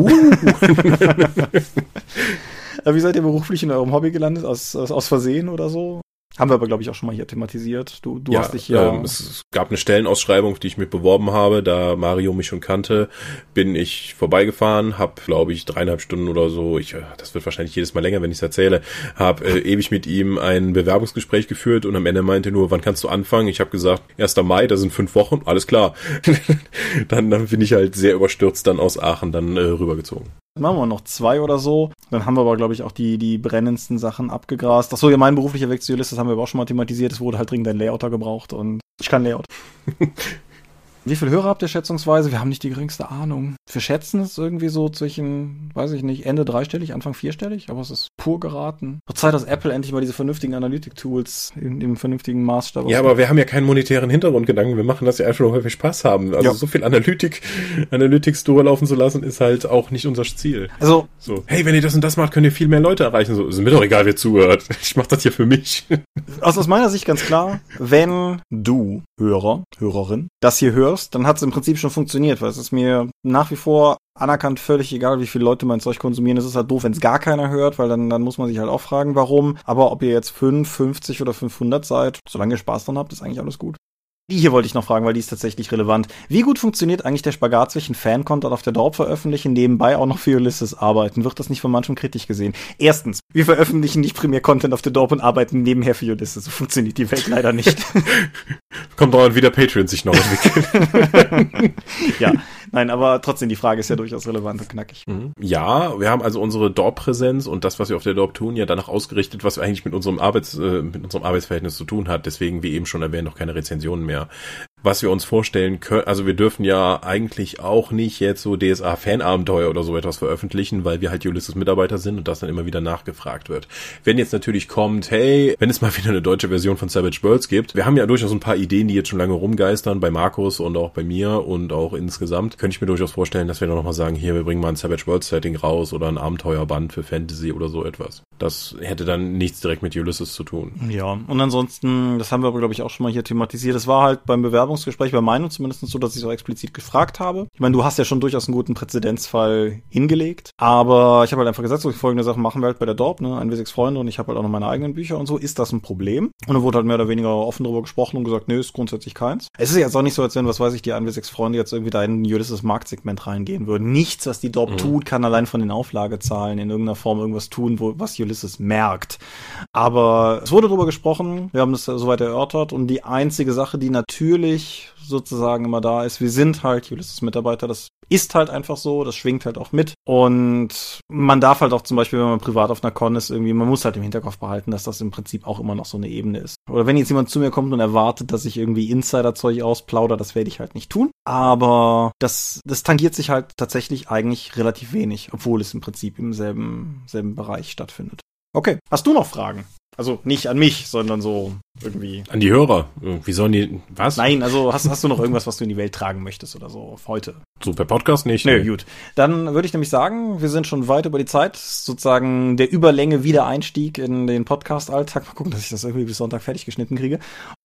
Wie seid ihr beruflich in eurem Hobby gelandet? Aus Versehen oder so? Haben wir aber, glaube ich, auch schon mal hier thematisiert. Du hast dich ja... Es gab eine Stellenausschreibung, auf die ich mich beworben habe, da Mario mich schon kannte, bin ich vorbeigefahren, habe, glaube ich, 3,5 Stunden oder so, das wird wahrscheinlich jedes Mal länger, wenn ich es erzähle, habe ewig mit ihm ein Bewerbungsgespräch geführt und am Ende meinte nur, wann kannst du anfangen? Ich habe gesagt, 1. Mai, das sind 5 Wochen, alles klar. dann bin ich halt sehr überstürzt dann aus Aachen dann rübergezogen. Dann machen wir noch 2 oder so. Dann haben wir aber, glaube ich, auch die brennendsten Sachen abgegrast. Achso, ja, mein beruflicher Weg zu Ulysses haben wir aber auch schon mal thematisiert. Es wurde halt dringend ein Layouter gebraucht und ich kann Layout. Wie viele Hörer habt ihr schätzungsweise? Wir haben nicht die geringste Ahnung. Wir schätzen es irgendwie so zwischen, weiß ich nicht, Ende 3-stellig, Anfang 4-stellig, aber es ist pur geraten. Wird Zeit, dass Apple endlich mal diese vernünftigen Analytic-Tools im vernünftigen Maßstab. Ja, aber wir haben ja keinen monetären Hintergrundgedanken. Wir machen das ja einfach nur, weil wir Spaß haben. Also so viel Analytics durchlaufen zu lassen, ist halt auch nicht unser Ziel. Also, so, hey, wenn ihr das und das macht, könnt ihr viel mehr Leute erreichen. So, ist mir doch egal, wer zuhört. Ich mach das hier für mich. Also aus meiner Sicht ganz klar, wenn du, Hörerin, das hier hörst, dann hat es im Prinzip schon funktioniert, weil es ist mir nach wie vor anerkannt völlig egal, wie viele Leute mein Zeug konsumieren. Es ist halt doof, wenn es gar keiner hört, weil dann muss man sich halt auch fragen, warum. Aber ob ihr jetzt 5, 50 oder 500 seid, solange ihr Spaß dran habt, ist eigentlich alles gut. Die hier wollte ich noch fragen, weil die ist tatsächlich relevant. Wie gut funktioniert eigentlich der Spagat zwischen Fan-Content auf der Dorp veröffentlichen, nebenbei auch noch für Ulysses arbeiten? Wird das nicht von manchen kritisch gesehen? Erstens, wir veröffentlichen nicht primär Content auf der Dorp und arbeiten nebenher für Ulysses. So funktioniert die Welt leider nicht. Kommt dauernd wieder Patreon sich noch entwickelt. Ja, nein, aber trotzdem, die Frage ist ja durchaus relevant und knackig. Ja, wir haben also unsere Dorp-Präsenz und das, was wir auf der Dorp tun, ja danach ausgerichtet, was eigentlich mit unserem Arbeitsverhältnis zu tun hat. Deswegen, wie eben schon erwähnt, noch keine Rezensionen mehr. Was wir uns vorstellen können, also wir dürfen ja eigentlich auch nicht jetzt so DSA-Fanabenteuer oder so etwas veröffentlichen, weil wir halt Ulysses-Mitarbeiter sind und das dann immer wieder nachgefragt wird. Wenn jetzt natürlich kommt, hey, wenn es mal wieder eine deutsche Version von Savage Worlds gibt, wir haben ja durchaus ein paar Ideen, die jetzt schon lange rumgeistern, bei Markus und auch bei mir und auch insgesamt, könnte ich mir durchaus vorstellen, dass wir dann nochmal sagen, hier, wir bringen mal ein Savage Worlds-Setting raus oder ein Abenteuerband für Fantasy oder so etwas. Das hätte dann nichts direkt mit Ulysses zu tun. Ja, und ansonsten, das haben wir aber, glaube ich, auch schon mal hier thematisiert, es war halt beim Bewerbungsgespräch bei meinem zumindest so, dass ich so explizit gefragt habe. Ich meine, du hast ja schon durchaus einen guten Präzedenzfall hingelegt, aber ich habe halt einfach gesagt, so folgende Sachen machen wir halt bei der Dorp, ne, 1W6 Freunde und ich habe halt auch noch meine eigenen Bücher und so. Ist das ein Problem? Und dann wurde halt mehr oder weniger offen darüber gesprochen und gesagt, nö, ist grundsätzlich keins. Es ist jetzt auch nicht so, als wenn, was weiß ich, die 1W6 Freunde jetzt irgendwie da in ein Ulysses Marktsegment reingehen würden. Nichts, was die Dorp tut, kann allein von den Auflagezahlen in irgendeiner Form irgendwas tun, was Ulysses merkt. Aber es wurde darüber gesprochen, wir haben das soweit erörtert und die einzige Sache, die natürlich sozusagen immer da ist, wir sind halt Ulysses-Mitarbeiter, das ist halt einfach so, das schwingt halt auch mit und man darf halt auch zum Beispiel, wenn man privat auf einer Con ist, irgendwie, man muss halt im Hinterkopf behalten, dass das im Prinzip auch immer noch so eine Ebene ist. Oder wenn jetzt jemand zu mir kommt und erwartet, dass ich irgendwie Insider-Zeug ausplaudere, das werde ich halt nicht tun, aber das tangiert sich halt tatsächlich eigentlich relativ wenig, obwohl es im Prinzip im selben Bereich stattfindet. Okay, hast du noch Fragen? Also nicht an mich, sondern so irgendwie... An die Hörer. Wie sollen die... Was? Nein, also hast du noch irgendwas, was du in die Welt tragen möchtest oder so auf heute? So per Podcast nicht. Nö, gut. Dann würde ich nämlich sagen, wir sind schon weit über die Zeit. Sozusagen der Überlänge Wiedereinstieg in den Podcast-Alltag. Mal gucken, dass ich das irgendwie bis Sonntag fertig geschnitten kriege.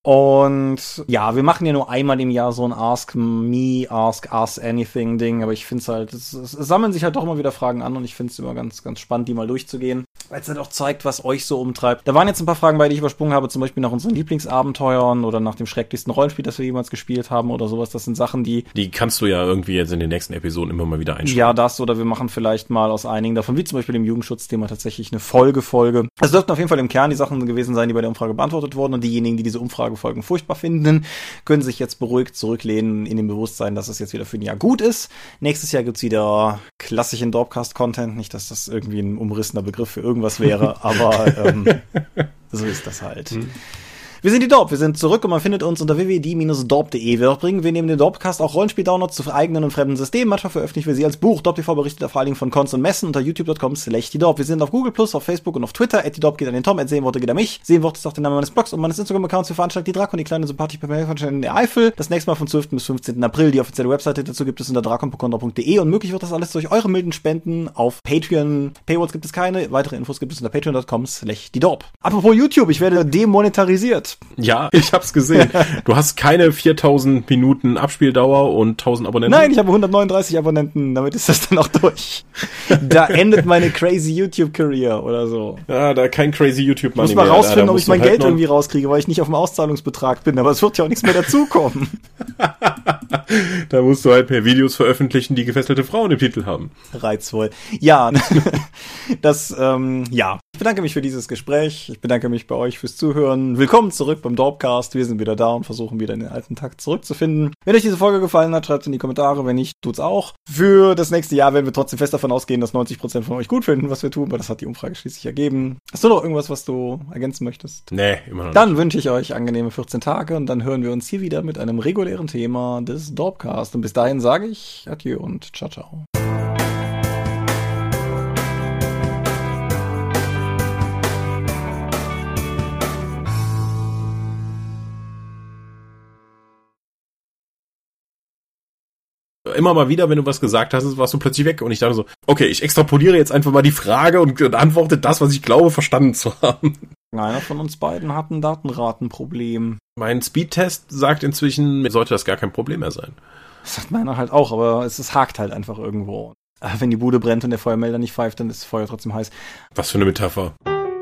Und ja, wir machen ja nur einmal im Jahr so ein Ask Me, Ask Us Anything Ding. Aber ich finde es halt, es sammeln sich halt doch immer wieder Fragen an und ich finde es immer ganz, ganz spannend, die mal durchzugehen. Weil es halt auch zeigt, was euch so umtreibt. Da waren jetzt ein paar Fragen bei, die ich übersprungen habe, zum Beispiel nach unseren Lieblingsabenteuern oder nach dem schrecklichsten Rollenspiel, das wir jemals gespielt haben oder sowas. Das sind Sachen, die kannst du ja irgendwie jetzt in den nächsten Episoden immer mal wieder einstellen. Ja, das oder wir machen vielleicht mal aus einigen davon, wie zum Beispiel dem Jugendschutzthema, tatsächlich eine Folge. Es dürften auf jeden Fall im Kern die Sachen gewesen sein, die bei der Umfrage beantwortet wurden und diejenigen, die diese Umfragefolgen furchtbar finden, können sich jetzt beruhigt zurücklehnen in dem Bewusstsein, dass es jetzt wieder für ein Jahr gut ist. Nächstes Jahr gibt's wieder klassischen Dorpcast-Content. Nicht, dass das irgendwie ein umrissener Begriff für irgendwas wäre, aber so ist das halt. Wir sind die Dorp, wir sind zurück und man findet uns unter www.die-dorp.de. Wir bringen neben dem Dorpcast auch Rollenspiel-Downloads zu eigenen und fremden Systemen. Manchmal veröffentlichen wir sie als Buch. DorpTV berichtet vor allen Dingen von Cons und Messen unter youtube.com/die-dorp. Wir sind auf Google+, auf Facebook und auf Twitter. @die-dorp geht an den Tom, @sehenworte geht an mich. Sehenworte ist auch der Name meines Blogs und meines Instagram-Accounts. Wir veranstalten die Drakon, die kleine sympathische Veranstaltung in der Eifel. Das nächste Mal vom 12. bis 15. April. Die offizielle Webseite dazu gibt es unter drakon.de und möglich wird das alles durch eure milden Spenden auf Patreon. Paywalls gibt es keine. Weitere Infos gibt es unter patreon.com/die-dorp. Apropos YouTube, ich werde demonetarisiert. gemacht. Ja, ich hab's gesehen. Du hast keine 4000 Minuten Abspieldauer und 1000 Abonnenten? Nein, ich habe 139 Abonnenten, damit ist das dann auch durch. Da endet meine crazy YouTube-Career oder so. Ja, da kein crazy YouTube-Money mehr. Ich muss mal rausfinden, ob ich mein halt Geld irgendwie rauskriege, weil ich nicht auf dem Auszahlungsbetrag bin, aber es wird ja auch nichts mehr dazukommen. Da musst du halt mehr Videos veröffentlichen, die gefesselte Frauen im Titel haben. Reizvoll. Ja, ja. Ich bedanke mich für dieses Gespräch. Ich bedanke mich bei euch fürs Zuhören. Willkommen zurück beim Dorpcast. Wir sind wieder da und versuchen wieder in den alten Takt zurückzufinden. Wenn euch diese Folge gefallen hat, schreibt es in die Kommentare. Wenn nicht, tut's auch. Für das nächste Jahr werden wir trotzdem fest davon ausgehen, dass 90% von euch gut finden, was wir tun, weil das hat die Umfrage schließlich ergeben. Hast du noch irgendwas, was du ergänzen möchtest? Nee, immer noch nicht. Dann wünsche ich euch angenehme 14 Tage und dann hören wir uns hier wieder mit einem regulären Thema des Dorpcast. Und bis dahin sage ich Adieu und ciao, ciao. Immer mal wieder, wenn du was gesagt hast, warst du plötzlich weg. Und ich dachte so, okay, ich extrapoliere jetzt einfach mal die Frage und antworte das, was ich glaube, verstanden zu haben. Einer von uns beiden hat ein Datenratenproblem. Mein Speedtest sagt inzwischen, sollte das gar kein Problem mehr sein. Das sagt meiner halt auch, aber es hakt halt einfach irgendwo. Wenn die Bude brennt und der Feuermelder nicht pfeift, dann ist das Feuer trotzdem heiß. Was für eine Metapher.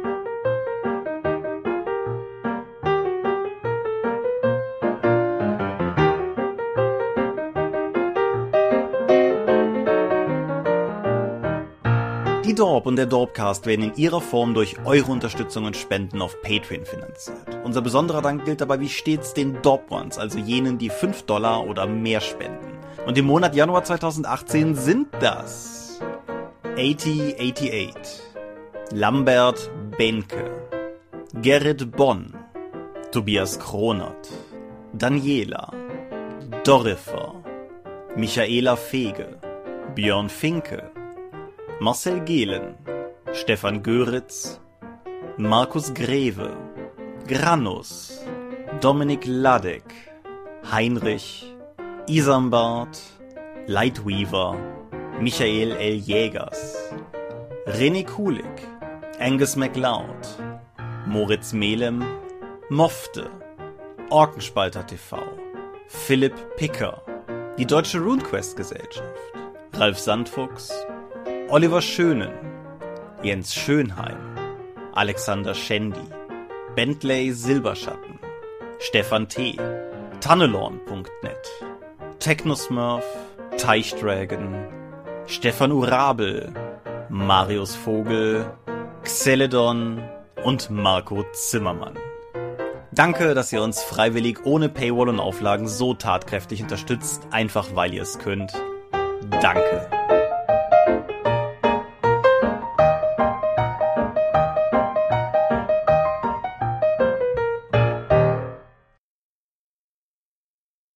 Die Dorp und der Dorpcast werden in ihrer Form durch eure Unterstützung und Spenden auf Patreon finanziert. Unser besonderer Dank gilt dabei wie stets den Dorp Ones, also jenen, die $5 oder mehr spenden. Und im Monat Januar 2018 sind das 8088, Lambert Benke, Gerrit Bonn, Tobias Kronert, Daniela, Dorifer, Michaela Fege, Björn Finke, Marcel Gehlen, Stefan Göritz, Markus Greve, Granus, Dominik Ladek, Heinrich, Isambard, Lightweaver, Michael L. Jägers, René Kulig, Angus MacLeod, Moritz Melem, Mofte, Orkenspalter TV, Philipp Picker, die Deutsche RuneQuest Gesellschaft, Ralf Sandfuchs, Oliver Schönen, Jens Schönheim, Alexander Schendi, Bentley Silberschatten, Stefan T., Tannelorn.net, Technosmurf, Teichdragon, Stefan Urabel, Marius Vogel, Xeledon und Marco Zimmermann. Danke, dass ihr uns freiwillig ohne Paywall und Auflagen so tatkräftig unterstützt, einfach weil ihr es könnt. Danke.